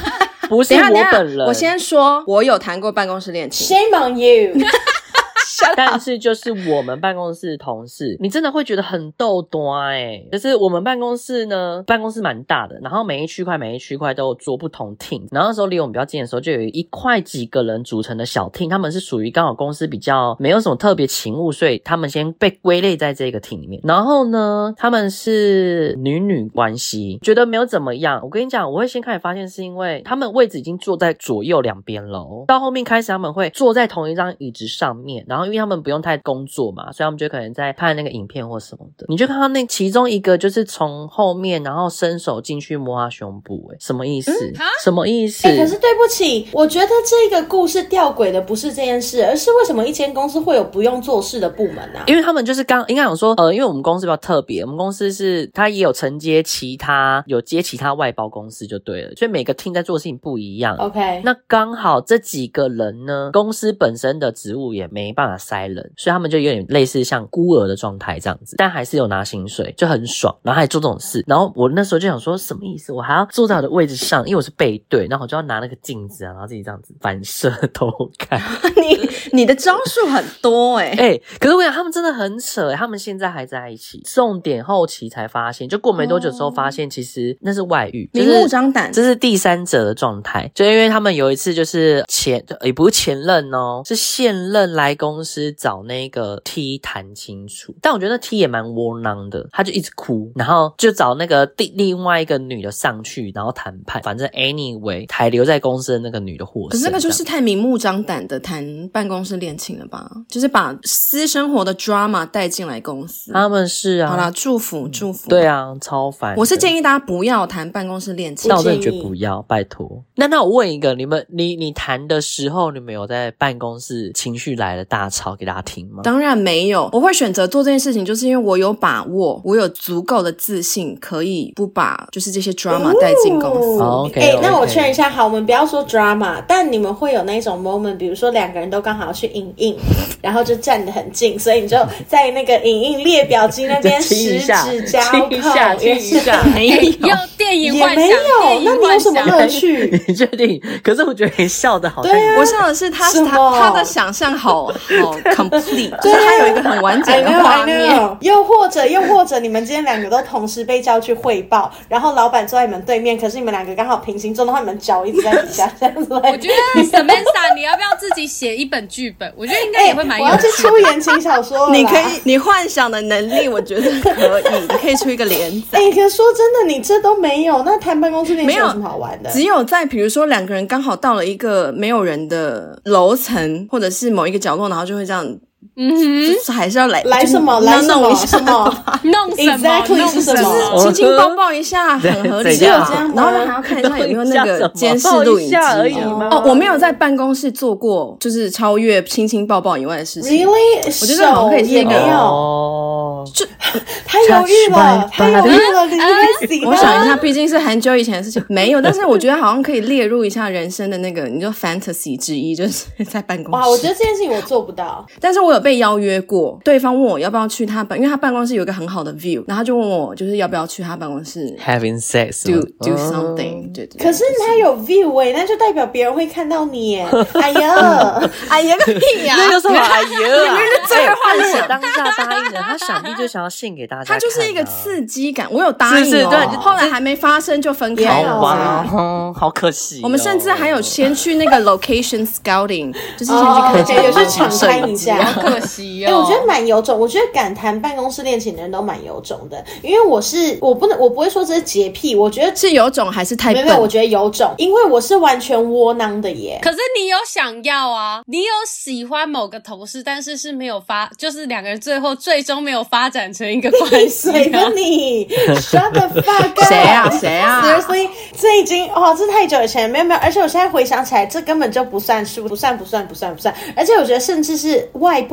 不是我本人。 我先说，我有谈过办公室恋情。 Shame on you 但是就是我们办公室同事，你真的会觉得很逗端就是我们办公室呢，办公室蛮大的，然后每一区块都有做不同 team， 然后那时候离我们比较近的时候，就有一块几个人组成的小 team， 他们是属于刚好公司比较没有什么特别勤务，所以他们先被归类在这个 team 里面。然后呢，他们是女关系，觉得没有怎么样。我跟你讲，我会先开始发现是因为他们位置已经坐在左右两边了，到后面开始他们会坐在同一张椅子上面，然后因为他们不用太工作嘛，所以他们就可能在看那个影片或什么的，你就看到那其中一个就是从后面然后伸手进去摸他胸部，什么意思？什么意思？ 可是对不起，我觉得这个故事吊诡的不是这件事，而是为什么一间公司会有不用做事的部门啊？ 因为他们就是应该有说因为我们公司比较特别，我们公司是它也有承接其他外包公司就对了，所以每个 team 在做的事情不一样。 OK， 那刚好这几个人呢，公司本身的职务也没办法塞人，所以他们就有点类似像孤儿的状态这样子，但还是有拿薪水，就很爽，然后还做这种事。然后我那时候就想说什么意思，我还要坐在我的位置上，因为我是背对，然后我就要拿那个镜子啊，然后自己这样子反射偷看你的招数很多可是我想他们真的很扯他们现在还在一起，重点后期才发现，就过没多久之后发现其实那是外遇， 明目张胆， 这是第三者的状态。就因为他们有一次就是也不是前任是现任来公司找那个 T 谈清楚，但我觉得那 T 也蛮窝囊的，他就一直哭，然后就找那个另外一个女的上去然后谈判，反正 anyway 还留在公司的那个女的获胜。 可是那个就是太明目张胆的谈办公室恋情了吧，就是把私生活的 drama 带进来公司。 他们是啊， 好啦，祝福。 对啊，超烦。 我是建议大家不要谈办公室恋情。 那我真的觉得不要，拜托。那我问一个，你谈的时候，你们有在办公室情绪来了大吵给大家听吗？ 当然没有，我会选择做这件事情，就是因为我有把握，我有足够的自信，可以不把就是这些 drama 带进公司。 OK， 那我确认一下，好，我们不要说 drama， 但你们会有那种 moment， 比如说两个人都刚好要去影印，然后就站得很近，所以你就在那个影印列表机那边十指交扣， 亲一下， 没有电影幻想， 也没有，那你有什么乐趣？ 你确定？可是我觉得你笑的好像， 对啊， 我笑的是他的想象好 complete， 就是他有一个很完整的画面。 又或者你们今天两个都同时被叫去汇报，然后老板坐在你们对面，可是你们两个刚好平行坐的话，你们脚一直在底下这样子。我觉得 Samantha 你要不要自己写一本剧本？我觉得应该也会蛮有趣的。 我要去出言情小说了。 你幻想的能力，我觉得可以，你可以出一个连载。 可是说真的，你这都没有，那谈办公室恋情有什么好玩的？ 只有在比如说两个人刚好到了一个没有人的楼层，或者是某一个角落，然后就会这样。就是还是要来什么来弄一下弄什么 exactly 是什么亲亲抱抱一下很合理啊，然后还要看一下有没有那个监视录影机我没有在办公室做过就是超越亲亲抱抱以外的事情。 Really？ 我觉得好像可以是一个就太犹豫了， 我想一下，毕竟是很久以前的事情，没有，但是我觉得好像可以列入一下人生的那个你就 fantasy 之一，就是在办公室。 哇，我觉得这件事情我做不到， 但是我有被邀约过，对方问我要不要去因为他办公室有一个很好的 view， 然后他就问我就是要不要去他办公室 having sex do something。 对， 可是他有 view 那就代表别人会看到你耶。哎呀哎呀个屁呀， 那有什么哎呀， 你们是最会幻想。 当下答应了，他想必就想要献给大家看， 他就是一个刺激感，我有答应对， 后来还没发生就分开了。 哇，好可惜。 我们甚至还有先去那个 location scouting， 就是先去看有去场看一下。 好可惜我觉得蛮有种，我觉得敢谈办公室恋情的人都蛮有种的，因为我不会说这是洁癖，我觉得是有种还是太笨？ 没有，我觉得有种，因为我是完全窝囊的耶。 可是你有想要啊，你有喜欢某个同事，但是没有就是两个人最终没有发展成一个关系。 谁跟你 shut the fuck up？ 谁啊 Seriously， 这已经这太久以前，没有，而且我现在回想起来，这根本就不算，而且我觉得甚至是外部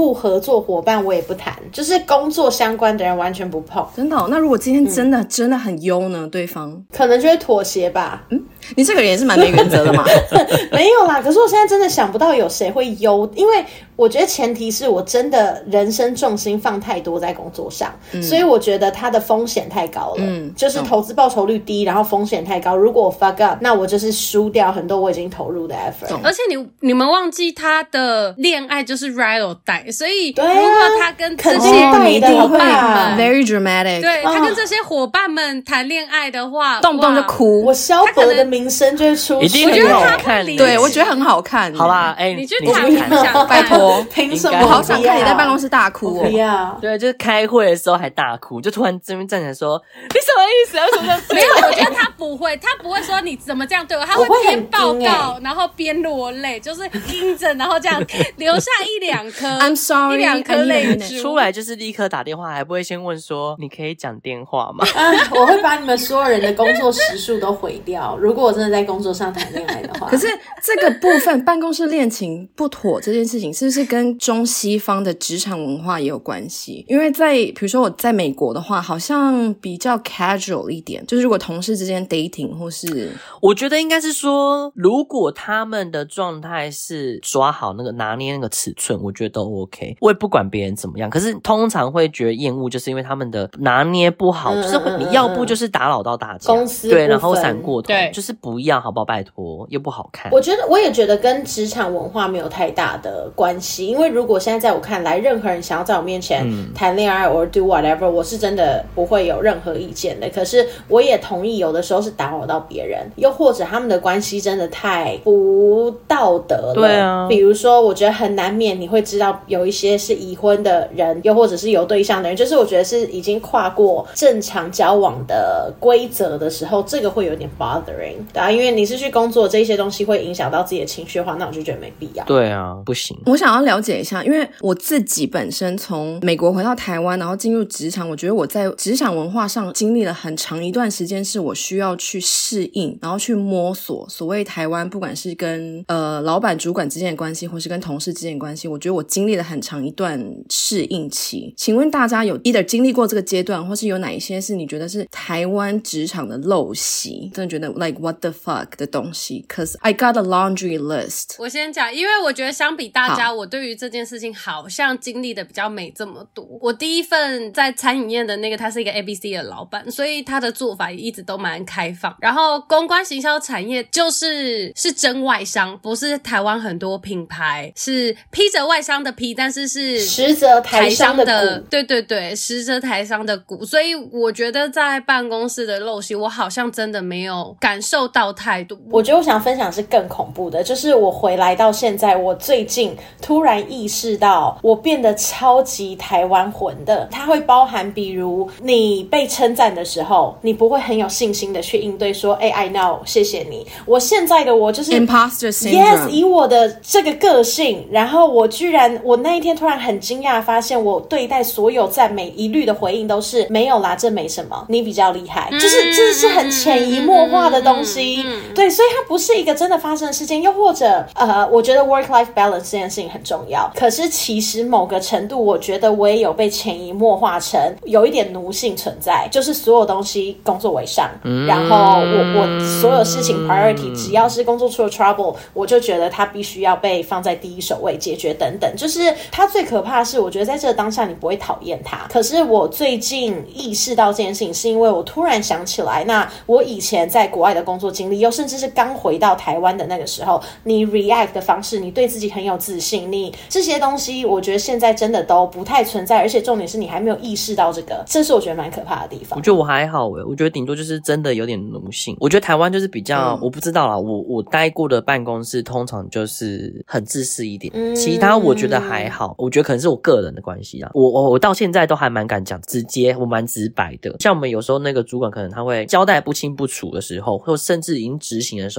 务合作伙伴我也不谈，就是工作相关的人完全不碰。 真的哦？那如果今天真的很优呢？对方可能就会妥协吧。 你这个人也是蛮没原则的嘛。 没有啦，可是我现在真的想不到有谁会优，因为我觉得前提是我真的人生重心放太多在工作上，所以我觉得它的风险太高了，就是投资报酬率低，然后风险太高。如果我 fuck up， 那我就是输掉很多我已经投入的 effort。 而且你们忘记他的恋爱就是 ride or die， 所以对啊， 如果他跟这些一定伙会伴们 very dramatic， 对他跟这些伙伴们谈恋爱的话， 动不动就哭。 我萧伯的名声就会出一定去。 很好看。 对，我觉得很好看。 好啦， 你去谈一下， 拜托， 凭什么？ 我好想看你在办公室大哭哦。 不要。 对，就是开会的时候还大哭，就突然这边站起来说：“你什么意思？为什么这样没有，我觉得他不会说你怎么这样对我，他会边报告然后边落泪，就是盯着，然后这样留下1-2颗 I'm sorry， 1-2颗泪珠。 出来就是立刻打电话，还不会先问说你可以讲电话吗？ 我会把你们所有人的工作时数都毁掉。如果我真的在工作上谈恋爱的话， 可是这个部分办公室恋情不妥这件事情，是不是跟中西方的职场文化也有关系？因为比如说我在美国的话，好像比较 casual 一点，就是如果同事之间 dating 或是， 我觉得应该是说，如果他们的状态是抓好那个拿捏那个尺寸，我觉得都 OK。我也不管别人怎么样，可是通常会觉得厌恶，就是因为他们的拿捏不好，就是你要不就是打扰到大家， 公司对，然后闪过头， 对， 就是不要好不好？拜托，又不好看。 我也觉得跟职场文化没有太大的关系，因为如果现在在我看来，任何人想要在我面前谈恋爱 or do whatever， 我是真的不会有任何意见的。可是我也同意，有的时候是打扰到别人，又或者他们的关系真的太不道德了。 对啊， 比如说，我觉得很难免你会知道有一些是已婚的人，又或者是有对象的人，就是我觉得是已经跨过正常交往的规则的时候，这个会有点 bothering， 对啊，因为你是去工作，这些东西会影响到自己的情绪的话，那我就觉得没必要。 对啊，不行。 我想要了解一下，因为我自己本身从美国回到台湾，然后进入职场，我觉得我在职场文化上经历了很长一段时间，是我需要去适应，然后去摸索所谓台湾不管是跟老板主管之间的关系，或是跟同事之间的关系，我觉得我经历了很长一段适应期。请问大家有 either 经历过这个阶段，或是有哪一些是你觉得是台湾职场的陋习，真的觉得 like what the fuck 的东西？ Cause I got a laundry list。 我先讲，因为我觉得相比大家，我对于这件事情好像经历的比较没这么多。我第一份在餐饮业的那个，他是一个 ABC 的老板，所以他的做法也一直都蛮开放。然后公关行销产业是真外商，不是台湾很多品牌是披着外商的皮，但是实则台商的骨。对对对，实则台商的骨。所以我觉得在办公室的陋习，我好像真的没有感受到太多。 我觉得我想分享是更恐怖的，就是我回来到现在，我最近突然意识到我变得超级台湾魂的。它会包含比如你被称赞的时候，你不会很有信心的去应对说I know 谢谢你。我现在的我就是 imposter syndrome， yes， 以我的这个个性，然后我那一天突然很惊讶发现我对待所有赞美一律的回应都是没有啦，这没什么，你比较厉害，就是这是很潜移默化的东西。对，所以它不是一个真的发生的事件。又或者我觉得 work-life balance 这件事情很重要，可是其实某个程度我觉得我也有被潜移默化成有一点奴性存在，就是所有东西工作为上，然后我所有事情 priority 只要是工作出了 trouble， 我就觉得它必须要被放在第一首位解决等等。就是它最可怕的是，我觉得在这个当下你不会讨厌它，可是我最近意识到这件事情是因为我突然想起来，那我以前在国外的工作经历，又甚至是刚回到台湾的那个时候，你 react 的方式，你对自己很有自信，你这些东西我觉得现在真的都不太存在，而且重点是你还没有意识到这是我觉得蛮可怕的地方。 我觉得我还好我觉得顶多就是真的有点奴性。我觉得台湾就是比较我不知道啦，我待过的办公室通常就是很自私一点，其他我觉得还好。我觉得可能是我个人的关系啦，我到现在都还蛮敢讲直接，我蛮直白的。像我们有时候那个主管可能他会交代不清不楚的时候，或甚至已经执行的时候，跟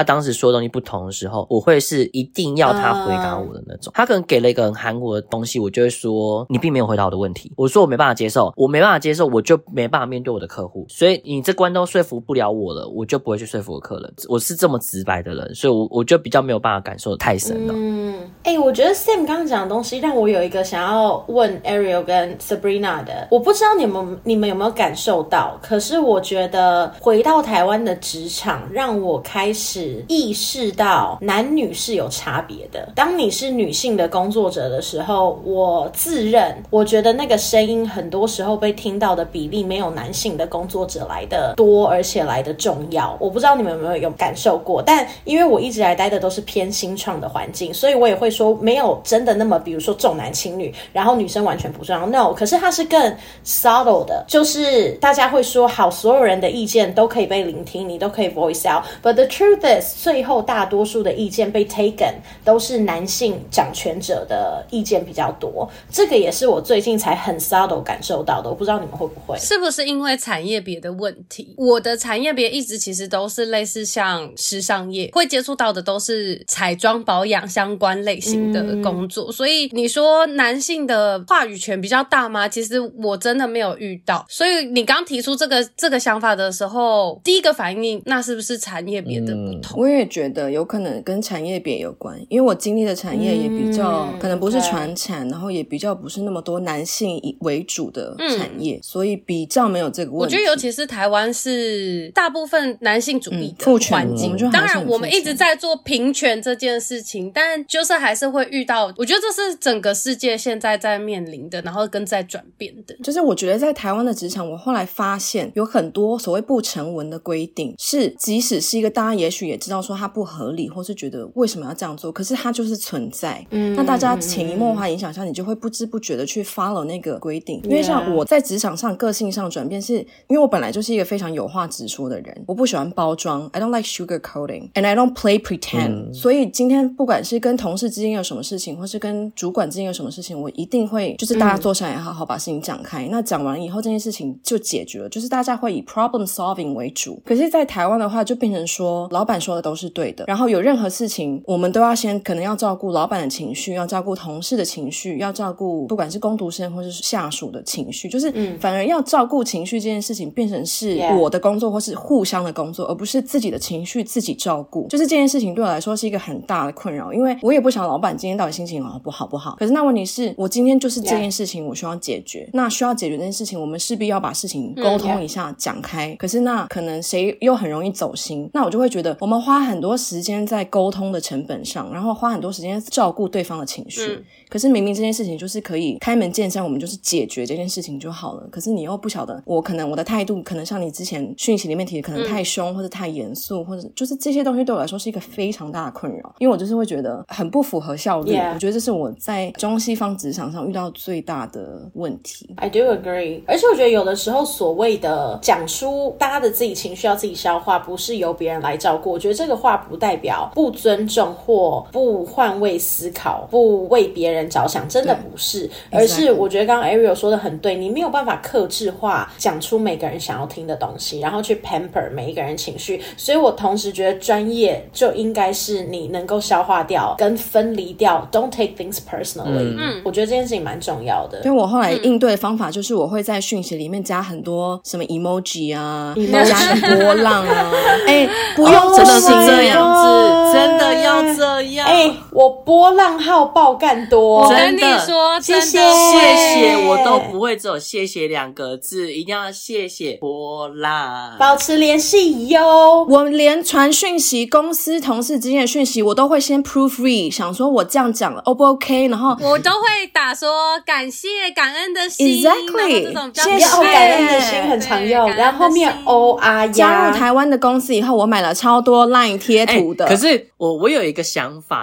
他当时说的东西不同的时候，我会是一定要他回答我的那种。他可能给了一个很含糊的东西，我就会说你并没有回答我的问题。我说我没办法接受，我没办法接受，我就没办法面对我的客户。所以你这关都说服不了我了，我就不会去说服我客人。我是这么直白的人，所以我就比较没有办法感受得太深了。 我觉得 Sam 刚刚讲的东西让我有一个想要问 Ariel 跟 Sabrina 的，我不知道你们有没有感受到，可是我觉得回到台湾的职场让我开始意识到男女是有差别的。当你是女性的工作者的时候，我自认我觉得那个声音很多时候被听到的比例没有男性的工作者来的多，而且来的重要。我不知道你们有没有感受过，但因为我一直来待的都是偏新创的环境，所以我也会说没有真的那么比如说重男轻女，然后女生完全不重要 No， 可是它是更 subtle 的，就是大家会说好，所有人的意见都可以被聆听，你都可以 voice out， But the truth is 最后大多数的意见被 taken 都是男性掌权者的意见比较多，这个也是我最近才很 subtle 感受到的，我不知道你们会不会。 是不是因为产业别的问题？我的产业别一直其实都是类似像时尚业，会接触到的都是彩妆保养相关类型的工作，所以你说男性的话语权比较大吗？其实我真的没有遇到。所以你刚提出这个想法的时候，第一个反应那是不是产业别的不同？ 我也觉得有可能跟产业别有关，因为我经历的产业也比较可能不是传产，然后也比较不是那么多男性为主的产业，所以比较没有这个问题。 我觉得尤其是台湾是大部分男性主义的环境，当然我们一直在做平权这件事情，但就是还是会遇到，我觉得这是整个世界现在在面临的，然后跟在转变的。 就是我觉得在台湾的职场，我后来发现有很多所谓不成文的规定，是即使是一个大家也许也知道说它不合理，或是觉得为什么要这样做，可是它就是存在。那大家潜移默化影响下，你就会不知不觉的去 follow 那个规定。因为像我在职场上个性上转变，是因为我本来就是一个非常有话直说的人，我不喜欢包装 I don't like sugarcoating and I don't play pretend，所以今天不管是跟同事之间有什么事情，或是跟主管之间有什么事情，我一定会就是大家坐下来好好把事情讲开，那讲完以后这件事情就解决了，就是大家会以 problem solving 为主。可是在台湾的话就变成说老板说的都是对的，然后有任何事情我们都要先可能要照顾老板的情绪，要照顾同事的情绪，要照顾不管是工读生或是下属的情绪，就是反而要照顾情绪这件事情变成是我的工作或是互相的工作，而不是自己的情绪自己照顾。就是这件事情对我来说是一个很大的困扰，因为我也不想老板今天到底心情好不好，可是那问题是我今天就是这件事情我需要解决，那需要解决这件事情我们势必要把事情沟通一下讲开，可是那可能谁又很容易走心，那我就会觉得我们花很多时间在沟通的成本上，然后花很多时间照顾对方的情绪，可是明明这件事情就是可以开门见山，我们就是解决这件事情就好了，可是你又不晓得我可能我的态度可能像你之前讯息里面提的可能太凶或者太严肃，或者就是这些东西对我来说是一个非常大的困扰，因为我就是会觉得很不符合效率，我觉得这是我在中西方职场上遇到最大的问题。 I do agree， 而且我觉得有的时候所谓的讲出大家的自己情绪要自己消化，不是由别人来照顾，我觉得这个话不代表不尊重或不换位思考，不为别人着想，真的不是，而是我觉得刚刚 Ariel 说的很对，你没有办法客制化讲出每个人想要听的东西，然后去 pamper 每一个人情绪，所以我同时觉得专业就应该是你能够消化掉跟分离掉 don't take things personally，我觉得这件事情蛮重要的。 所以我后来应对的方法就是我会在讯息里面加很多什么 emoji 啊，加个波浪啊不用真的是这样子，真的要这样。 我波浪号爆干多， 我跟你说， 谢谢谢谢，我都不会只有谢谢2个字，一定要谢谢波浪， 保持联系哟。 我连传讯息公司同事之间的讯息我都会先 proofread， 想说我这样讲了 O 不 OK， 然后我都会打说感谢感恩的心 Exactly， 这种比较谢谢感恩的心很常用，然后后面 O R 加入台湾的公司以后，我买了超多 LINE 贴图的。 可是我有一个想法，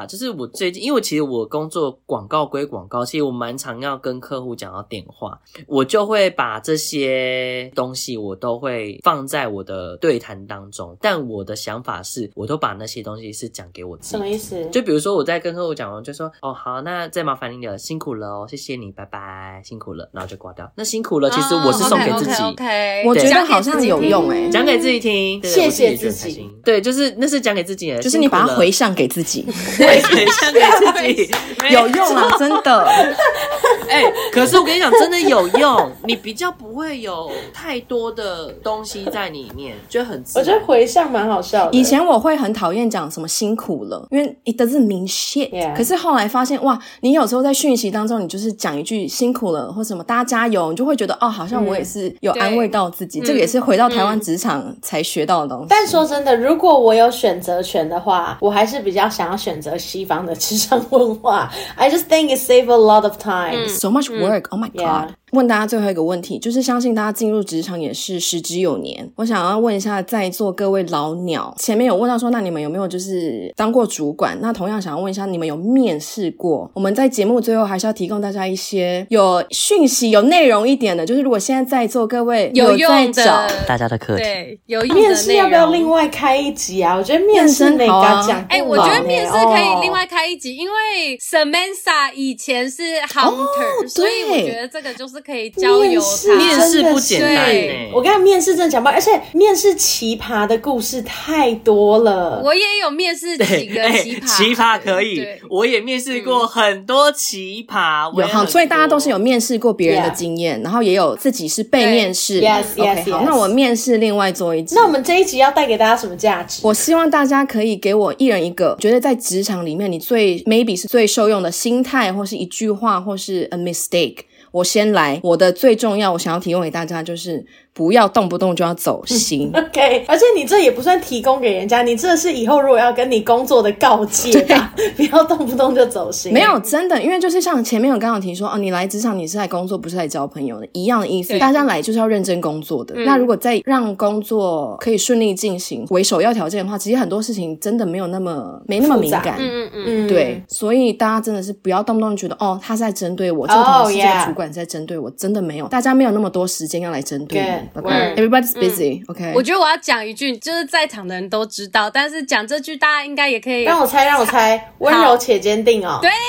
就是我最近因为其实我工作广告归广告，其实我蛮常要跟客户讲到电话，我就会把这些东西我都会放在我的对谈当中，但我的想法是我都把那些东西是讲给我自己。 什么意思？ 就比如说我在跟客户讲完就说哦好，那再麻烦你了，辛苦了哦，谢谢你，拜拜，辛苦了，然后就挂掉。那辛苦了其实我是送给自己， OK， 我觉得好像有用讲给自己听，对谢谢自己。 对，就是那是讲给自己的， 就是你把它回向给自己， 对，回向给自己有用啊，真的。 可是我跟你讲，真的有用，你比较不会有太多的东西在里面，就很自然。 我觉得回向蛮好笑的。 以前我会很讨厌讲什么辛苦了，因为 it doesn't mean shit、可是后来发现，哇，你有时候在讯息当中，你就是讲一句辛苦了或什么大家加油，你就会觉得哦，好像我也是有安慰到自己。这个也是回到台湾职场才学到的东西。 但说真的，如果我有选择权的话，我还是比较想要选择西方的职场文化。I just think it save a lot of time. So much work. Oh my god. 问大家最后一个问题，就是相信大家进入职场也是十之有年。我想要问一下在座各位老鸟，前面有问到说，那你们有没有就是当过主管？那同样想要问一下，你们有面试过？我们在节目最后还是要提供大家一些有讯息、有内容一点的，就是如果现在在座各位有在找大家的课题， 对，有用的面试要不要另外开一集啊？我觉得面试没敢讲不完。 我觉得面试可以另外开一集，因为 Samantha 以前是 Hunter，所以我觉得这个就是可以交由他。 面试不简单欸。 我跟你讲，面试真的讲不完，而且面试奇葩的故事太多了。 我也有面试几个奇葩， 奇葩可以，我也面试过很多奇葩。 有好，所以大家都是有面试过别人的经验，然后也有自己是被面试。 Yes, OK， 好，那我面试另外做一集。 那我们这一集要带给大家什么价值？ 我希望大家可以给我一人一个，觉得在职场里面你最 maybe 是最受用的心态，或是一句话，或是 a mistake。我先来，我的最重要，我想要提供给大家就是不要动不动就要走心。 OK， 而且你这也不算提供给人家，你这是以后如果要跟你工作的告诫吧，不要动不动就走心。 没有，真的，因为就是像前面我刚刚提说，你来职场你是来工作，不是来交朋友的，一样的意思。大家来就是要认真工作的。那如果在让工作可以顺利进行为首要条件的话，其实很多事情真的没那么敏感。对，所以大家真的是不要动不动觉得他是在针对我，这个同事这个主管是在针对我，真的没有，大家没有那么多时间要来针对你。Okay? Everybody's busy. OK， 我觉得我要讲一句，就是在场的人都知道，但是讲这句大家应该也可以。 让我猜，温柔且坚定哦。 对。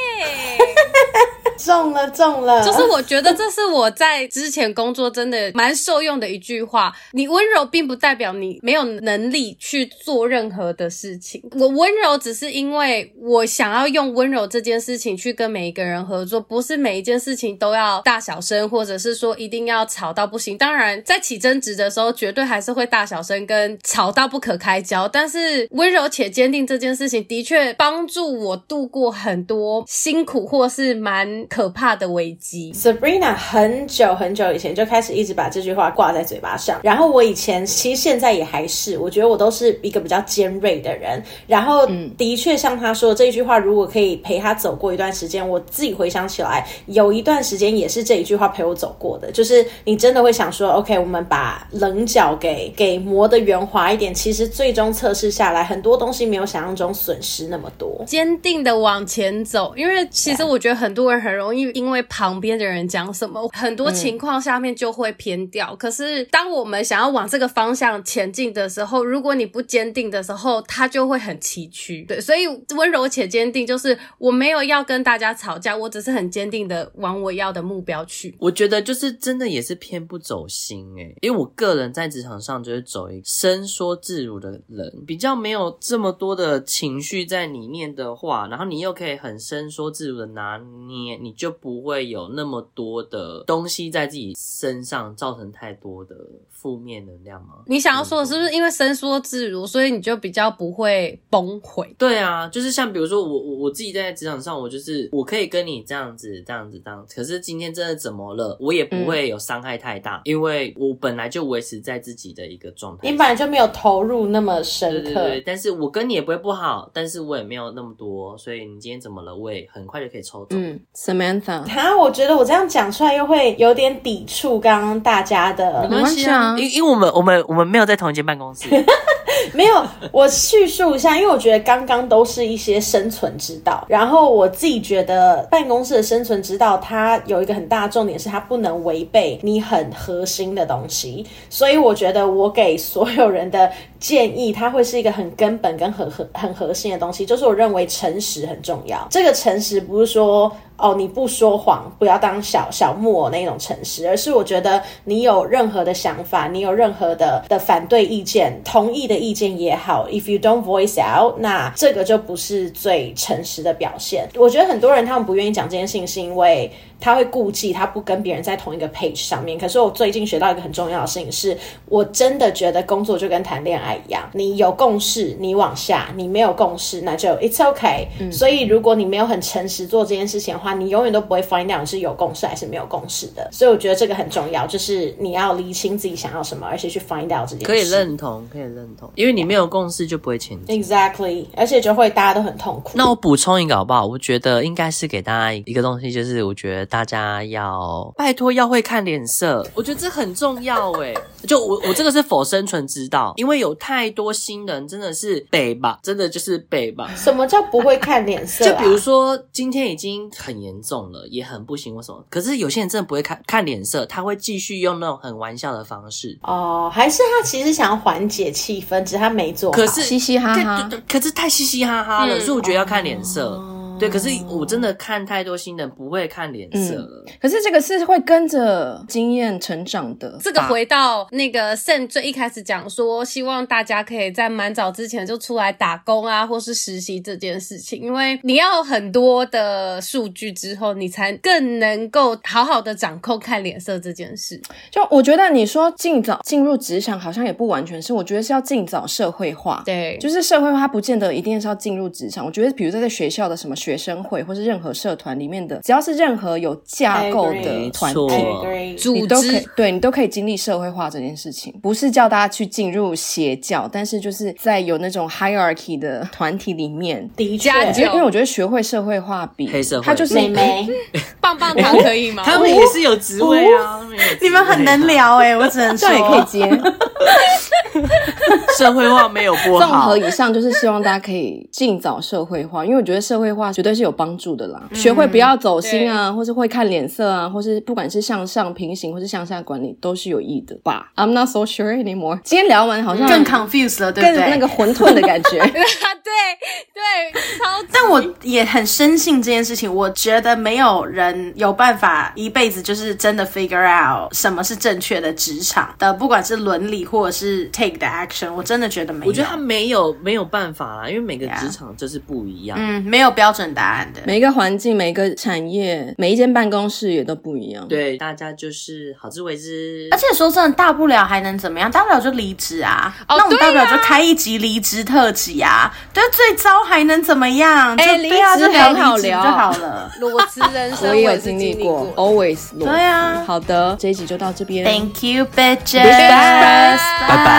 中了， 就是我觉得这是我在之前工作真的蛮受用的一句话。你温柔并不代表你没有能力去做任何的事情，我温柔只是因为我想要用温柔这件事情去跟每一个人合作，不是每一件事情都要大小声，或者是说一定要吵到不行。当然在起争执的时候绝对还是会大小声跟吵到不可开交，但是温柔且坚定这件事情的确帮助我度过很多辛苦或是蛮可怕的危机。 Sabrina 很久很久以前就开始一直把这句话挂在嘴巴上，然后我以前其实现在也还是，我觉得我都是一个比较尖锐的人，然后的确像他说这一句话如果可以陪他走过一段时间，我自己回想起来有一段时间也是这一句话陪我走过的，就是你真的会想说 OK 我们把棱角给磨得圆滑一点，其实最终测试下来很多东西没有想象中损失那么多， 坚定的往前走。因为其实我觉得很多人很容易因为旁边的人讲什么，很多情况下面就会偏掉，可是当我们想要往这个方向前进的时候，如果你不坚定的时候，它就会很崎岖。对，所以温柔且坚定就是我没有要跟大家吵架，我只是很坚定的往我要的目标去。 我觉得就是真的也是偏不走心因为我个人在职场上就是走一个伸缩自如的人，比较没有这么多的情绪在里面的话，然后你又可以很伸缩自如的拿捏，你就不会有那么多的东西在自己身上造成太多的负面能量吗？ 你想要说的是不是因为伸缩自如，所以你就比较不会崩溃？ 对啊，就是像比如说我自己在职场上，我就是我可以跟你这样子，可是今天真的怎么了，我也不会有伤害太大，因为我本来就维持在自己的一个状态， 你本来就没有投入那么深刻。 对，但是我跟你也不会不好，但是我也没有那么多，所以你今天怎么了，我也很快就可以抽走。 Samantha， 我觉得我这样讲出来又会有点抵触刚刚大家的。 没关系啊，因为我们没有在同一间办公室。 没有，我叙述一下，因为我觉得刚刚都是一些生存之道，然后我自己觉得办公室的生存之道，它有一个很大的重点是它不能违背你很核心的东西，所以我觉得我给所有人的建议，它会是一个很根本跟很核心的东西，就是我认为诚实很重要。这个诚实不是说你不说谎，不要当小木偶那种诚实，而是我觉得你有任何的想法，你有任何的反对意见，同意的意见也好 ，if you don't voice out， 那这个就不是最诚实的表现。我觉得很多人他们不愿意讲这件事情，是因为他会顾忌他不跟别人在同一个 page 上面。可是我最近学到一个很重要的事情是，我真的觉得工作就跟谈恋爱一样，你有共识你往下，你没有共识那就 it's okay。所以如果你没有很诚实做这件事情的话，你永远都不会 find out 你是有共识还是没有共识的。所以我觉得这个很重要，就是你要厘清自己想要什么，而且去 find out 这件事。 可以认同，因为你没有共识就不会前进。 Exactly， 而且就会大家都很痛苦。 那我补充一个好不好？我觉得应该是给大家一个东西，就是我觉得大家要拜托要会看脸色，我觉得这很重要耶。就我这个是否生存之道，因为有太多新人真的是北吧，真的就是北吧。 什么叫不会看脸色就比如说今天已经很严重了，也很不行或什么，可是有些人真的不会看脸色，他会继续用那种很玩笑的方式。 还是他其实想要缓解气氛，只是他没做好， 可是嘻嘻哈哈， 可是太嘻嘻哈哈了，所以我觉得要看脸色。对，可是我真的看太多新人不会看脸色了。 可是这个是会跟着经验成长的。 这个回到那个 Sam 最一开始讲说，希望大家可以在蛮早之前就出来打工啊，或是实习这件事情，因为你要很多的数据之后，你才更能够好好的掌控看脸色这件事。 就我觉得你说尽早进入职场好像也不完全是，我觉得是要尽早社会化。 对， 就是社会化它不见得一定是要进入职场。我觉得比如说在学校的什么学生会或是任何社团里面的，只要是任何有架构的团体， 组织， 对，你都可以经历社会化这件事情。不是叫大家去进入邪教，但是就是在有那种 hierarchy 的团体里面， 的确， 因为我觉得学会社会化比黑社会， 它就是妹妹棒棒糖可以吗？ 他们也是有职位啊， 你们很能聊我只能说这样也可以接。 社会化没有不好。 综合以上，就是希望大家可以尽早社会化，因为我觉得社会化绝对是有帮助的啦。学会不要走心啊，或是会看脸色啊，或是不管是向上平行或是向下管理，都是有益的吧。I'm not so sure anymore。今天聊完好像更 confused 了，对不对？ 更那个混沌的感觉。 对，超级。 但我也很深信这件事情，我觉得没有人有办法一辈子就是真的 figure out 什么是正确的职场的，不管是伦理或者是 take the action， 我真的觉得没有。 我觉得他没有办法啦，因为每个职场就是不一样。 没有标准答案的。 每一个环境、每一个产业、每一间办公室也都不一样。 对，大家就是好自为之。 而且说真的，大不了还能怎么样？大不了就离职啊。那我们大不了就开一集离职特辑啊。对，最糟还能怎么样？对啊，就聊离职就好了。 裸辞人生我也有经历过 ，always 裸辞。 对啊。 好的，这一集就到这边。 Thank you, bitches. 拜拜。